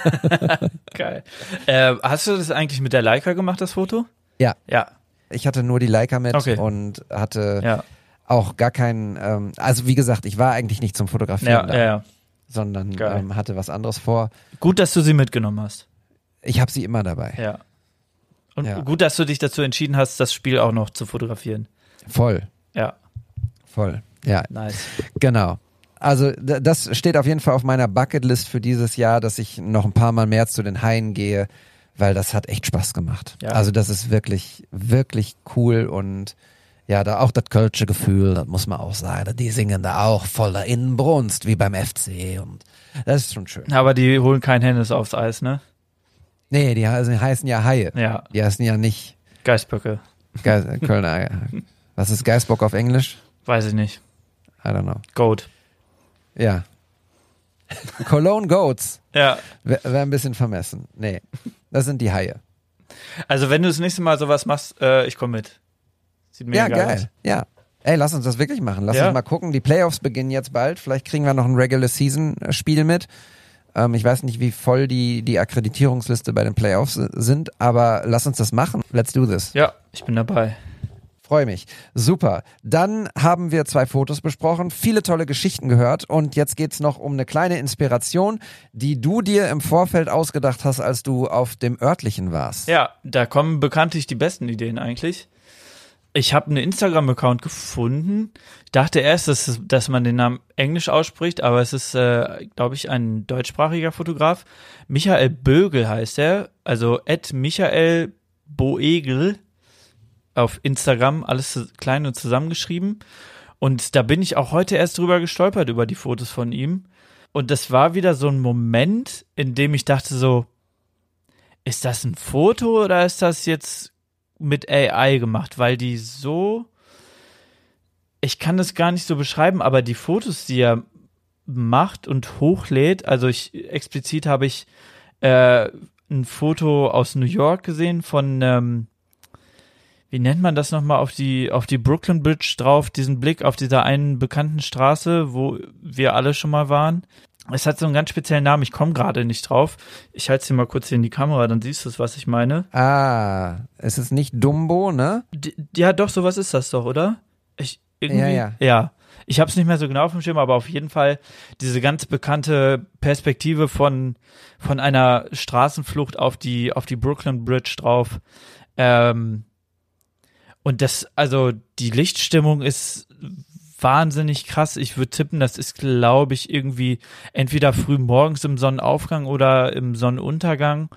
Speaker 5: Geil. Äh, hast du das eigentlich mit der Leica gemacht, das Foto?
Speaker 1: Ja.
Speaker 5: Ja.
Speaker 1: Ich hatte nur die Leica mit
Speaker 5: Okay.
Speaker 1: und hatte
Speaker 5: Ja.
Speaker 1: auch gar keinen, ähm, also wie gesagt, ich war eigentlich nicht zum Fotografieren
Speaker 5: Ja,
Speaker 1: da,
Speaker 5: ja, ja.
Speaker 1: sondern
Speaker 5: Geil.
Speaker 1: ähm, hatte was anderes vor.
Speaker 5: Gut, dass du sie mitgenommen hast.
Speaker 1: Ich habe sie immer dabei.
Speaker 5: Ja. Und
Speaker 1: Ja.
Speaker 5: gut, dass du dich dazu entschieden hast, das Spiel auch noch zu fotografieren.
Speaker 1: Voll,
Speaker 5: Ja,
Speaker 1: voll. Ja,
Speaker 5: nice.
Speaker 1: genau. Also d- das steht auf jeden Fall auf meiner Bucketlist für dieses Jahr, dass ich noch ein paar Mal mehr zu den Haien gehe, weil das hat echt Spaß gemacht.
Speaker 5: Ja.
Speaker 1: Also das ist wirklich, wirklich cool und ja, da auch das kölsche Gefühl, das muss man auch sagen. Die singen da auch voller Inbrunst, wie beim F C und das ist schon schön.
Speaker 5: Aber die holen kein Hennes aufs Eis, ne?
Speaker 1: Nee, die heißen, heißen ja Haie.
Speaker 5: Ja,
Speaker 1: Die heißen ja nicht
Speaker 5: Geißböcke.
Speaker 1: Ge Kölner. Was ist Geißbock auf Englisch?
Speaker 5: Weiß ich nicht.
Speaker 1: I don't know.
Speaker 5: Goat.
Speaker 1: Ja. Cologne Goats.
Speaker 5: Ja,
Speaker 1: Wäre wär ein bisschen vermessen. Nee, das sind die Haie.
Speaker 5: also wenn du das nächste Mal sowas machst, äh, ich komme mit. Sieht mega
Speaker 1: Ja, geil. Ja. Ey, lass uns das wirklich machen. Lass
Speaker 5: Ja.
Speaker 1: uns mal gucken. Die Playoffs beginnen jetzt bald. Vielleicht kriegen wir noch ein Regular Season Spiel mit. Ähm, ich weiß nicht, wie voll die, die Akkreditierungsliste bei den Playoffs sind, aber lass uns das machen. Let's do this.
Speaker 5: Ja, ich bin dabei.
Speaker 1: Freue mich. Super. Dann haben wir zwei Fotos besprochen, viele tolle Geschichten gehört und jetzt geht's noch um eine kleine Inspiration, die du dir im Vorfeld ausgedacht hast, als du auf dem örtlichen warst.
Speaker 5: Ja, da kommen bekanntlich die besten Ideen eigentlich. Ich habe einen Instagram-Account gefunden. Ich dachte erst, dass, dass man den Namen Englisch ausspricht, aber es ist, äh, glaube ich, ein deutschsprachiger Fotograf. Michael Bögel heißt er, also at Michael Boegel auf Instagram, alles klein und zusammengeschrieben. Und da bin ich auch heute erst drüber gestolpert, über die Fotos von ihm. Und das war wieder so ein Moment, in dem ich dachte so, ist das ein Foto oder ist das jetzt mit A I gemacht? Weil die so, ich kann das gar nicht so beschreiben, aber die Fotos, die er macht und hochlädt, also ich explizit habe ich äh, ein Foto aus New York gesehen von ähm, wie nennt man das nochmal, auf die, auf die Brooklyn Bridge drauf, diesen Blick auf dieser einen bekannten Straße, wo wir alle schon mal waren. Es hat so einen ganz speziellen Namen, ich komme gerade nicht drauf. Ich halte es dir mal kurz hier in die Kamera, dann siehst du es, was ich meine.
Speaker 1: Ah, es ist nicht Dumbo, ne?
Speaker 5: D- ja, doch, sowas ist das doch, oder? Ich, irgendwie,
Speaker 1: Ja, ja.
Speaker 5: Ja, ich habe es nicht mehr so genau auf dem Schirm, aber auf jeden Fall diese ganz bekannte Perspektive von, von einer Straßenflucht auf die, auf die Brooklyn Bridge drauf. Ähm, Und das, also die Lichtstimmung ist wahnsinnig krass. Ich würde tippen, das ist, glaube ich, irgendwie entweder früh morgens im Sonnenaufgang oder im Sonnenuntergang.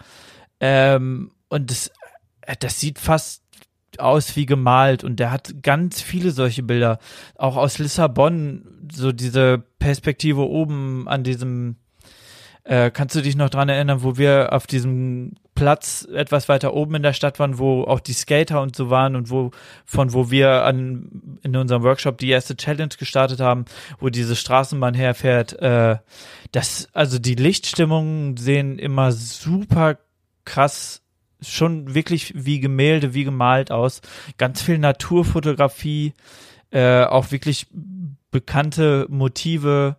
Speaker 5: Ähm, und das, das sieht fast aus wie gemalt. Und der hat ganz viele solche Bilder. Auch aus Lissabon, so diese Perspektive oben an diesem, äh, kannst du dich noch dran erinnern, wo wir auf diesem Platz etwas weiter oben in der Stadt waren, wo auch die Skater und so waren und wo, von wo wir an, in unserem Workshop die erste Challenge gestartet haben, wo diese Straßenbahn herfährt, äh, das, also die Lichtstimmungen sehen immer super krass, schon wirklich wie Gemälde, wie gemalt aus. Ganz viel Naturfotografie, äh, auch wirklich bekannte Motive.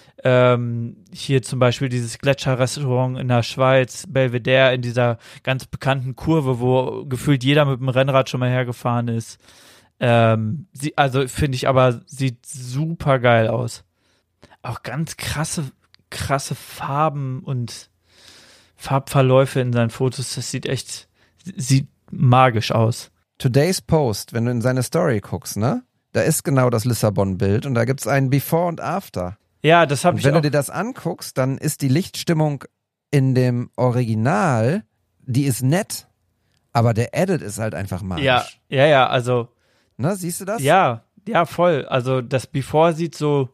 Speaker 5: Ähm, hier zum Beispiel dieses Gletscherrestaurant in der Schweiz, Belvedere, in dieser ganz bekannten Kurve, wo gefühlt jeder mit dem Rennrad schon mal hergefahren ist. Ähm, sie, also finde ich aber, sieht super geil aus. Auch ganz krasse, krasse Farben und Farbverläufe in seinen Fotos. Das sieht echt, sieht magisch aus.
Speaker 1: Today's Post, wenn du in seine Story guckst, ne? Da ist genau das Lissabon-Bild und da gibt's ein Before und After.
Speaker 5: Ja, das habe
Speaker 1: Und
Speaker 5: ich
Speaker 1: wenn
Speaker 5: auch.
Speaker 1: du dir das anguckst, dann ist die Lichtstimmung in dem Original, die ist nett, aber der Edit ist halt einfach magisch.
Speaker 5: Ja, ja, ja, also.
Speaker 1: Ne, siehst du das?
Speaker 5: Ja, ja, voll. Also das Before sieht so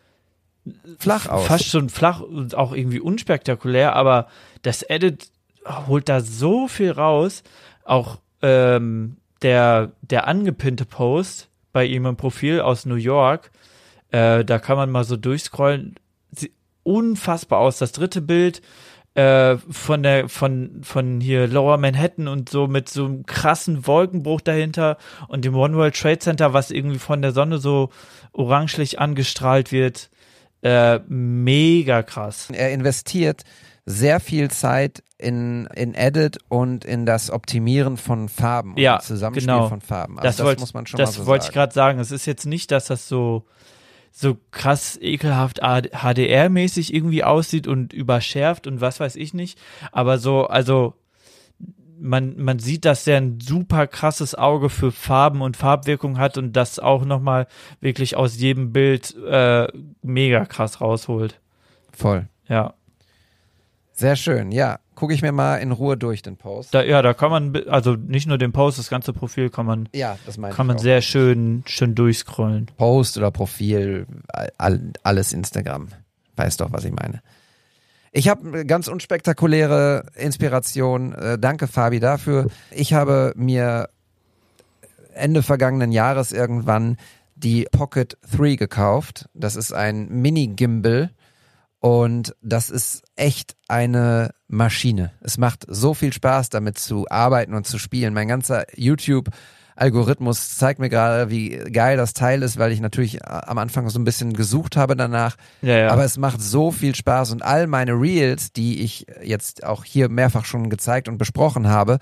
Speaker 1: Flach aus.
Speaker 5: fast schon flach und auch irgendwie unspektakulär, aber das Edit holt da so viel raus. Auch ähm, der, der angepinnte Post bei ihm im Profil aus New York, äh, da kann man mal so durchscrollen, sieht unfassbar aus. Das dritte Bild äh, von der von von hier Lower Manhattan und so mit so einem krassen Wolkenbruch dahinter und dem One World Trade Center, was irgendwie von der Sonne so orangelich angestrahlt wird. Äh, mega krass.
Speaker 1: Er investiert sehr viel Zeit in, in Edit und in das Optimieren von Farben und
Speaker 5: Ja,
Speaker 1: das Zusammenspiel
Speaker 5: genau.
Speaker 1: von Farben. Also
Speaker 5: Das,
Speaker 1: das
Speaker 5: wollt,
Speaker 1: muss man schon
Speaker 5: das
Speaker 1: mal so
Speaker 5: wollte ich
Speaker 1: sagen.
Speaker 5: gerade sagen. Es ist jetzt nicht, dass das so so krass ekelhaft H D R-mäßig irgendwie aussieht und überschärft und was weiß ich nicht. Aber so, also man man sieht, dass der ein super krasses Auge für Farben und Farbwirkung hat und das auch nochmal wirklich aus jedem Bild äh, mega krass rausholt.
Speaker 1: Voll.
Speaker 5: Ja.
Speaker 1: Sehr schön, ja. Gucke ich mir mal in Ruhe durch, den Post.
Speaker 5: Da, ja, da kann man, also nicht nur den Post, das ganze Profil kann man,
Speaker 1: Ja, das meine
Speaker 5: kann
Speaker 1: ich
Speaker 5: man
Speaker 1: auch.
Speaker 5: sehr schön, schön durchscrollen.
Speaker 1: Post oder Profil, all, alles Instagram. Weiß doch, was ich meine. Ich habe eine ganz unspektakuläre Inspiration. Äh, danke, Fabi, dafür. Ich habe mir Ende vergangenen Jahres irgendwann die Pocket drei gekauft. Das ist ein Mini-Gimbal und das ist echt eine Maschine. Es macht so viel Spaß, damit zu arbeiten und zu spielen. Mein ganzer YouTube-Algorithmus zeigt mir gerade, wie geil das Teil ist, weil ich natürlich am Anfang so ein bisschen gesucht habe danach.
Speaker 5: Ja, ja.
Speaker 1: Aber es macht so viel Spaß und all meine Reels, die ich jetzt auch hier mehrfach schon gezeigt und besprochen habe,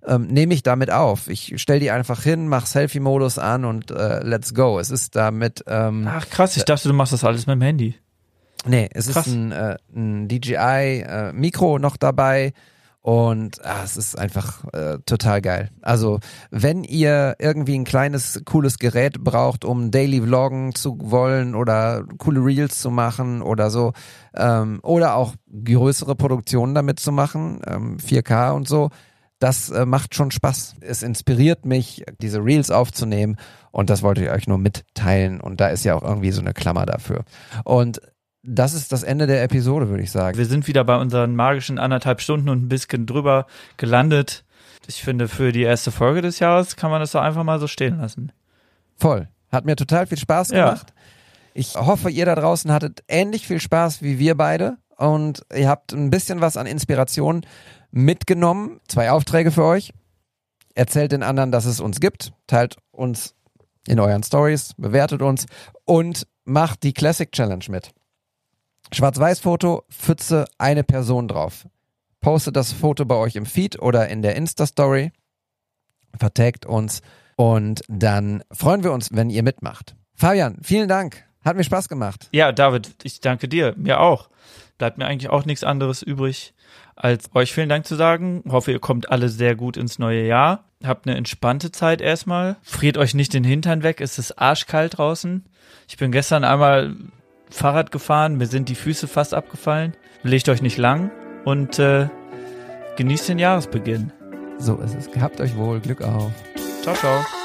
Speaker 1: ähm, nehme ich damit auf. Ich stelle die einfach hin, mach Selfie-Modus an und äh, let's go. Es ist damit ähm,
Speaker 5: Ach krass, ich dachte, du machst das alles mit dem Handy.
Speaker 1: Nee, es
Speaker 5: Krass.
Speaker 1: ist ein, äh, ein D J I-Mikro äh, noch dabei und ah, es ist einfach äh, total geil. Also wenn ihr irgendwie ein kleines, cooles Gerät braucht, um Daily Vloggen zu wollen oder coole Reels zu machen oder so ähm, oder auch größere Produktionen damit zu machen, ähm, vier K und so, das äh, macht schon Spaß. Es inspiriert mich, diese Reels aufzunehmen und das wollte ich euch nur mitteilen und da ist ja auch irgendwie so eine Klammer dafür. Und das ist das Ende der Episode, würde ich sagen.
Speaker 5: Wir sind wieder bei unseren magischen anderthalb Stunden und ein bisschen drüber gelandet. Ich finde, für die erste Folge des Jahres kann man das doch einfach mal so stehen lassen.
Speaker 1: Voll. Hat mir total viel Spaß gemacht. Ja. Ich hoffe, ihr da draußen hattet ähnlich viel Spaß wie wir beide und ihr habt ein bisschen was an Inspiration mitgenommen. Zwei Aufträge für euch. Erzählt den anderen, dass es uns gibt. Teilt uns in euren Stories, bewertet uns und macht die Classic Challenge mit. Schwarz-Weiß-Foto, Pfütze, eine Person drauf. Postet das Foto bei euch im Feed oder in der Insta-Story. Vertagt uns und dann freuen wir uns, wenn ihr mitmacht. Fabian, vielen Dank. Hat mir Spaß gemacht.
Speaker 5: Ja, David, ich danke dir. Mir auch. Bleibt mir eigentlich auch nichts anderes übrig, als euch vielen Dank zu sagen. Hoffe, ihr kommt alle sehr gut ins neue Jahr. Habt eine entspannte Zeit erstmal. Friert euch nicht den Hintern weg. Es ist arschkalt draußen. Ich bin gestern einmal Fahrrad gefahren, mir sind die Füße fast abgefallen. Legt euch nicht lang und äh, genießt den Jahresbeginn.
Speaker 1: So ist es. Gehabt euch wohl. Glück auf.
Speaker 5: Ciao, ciao.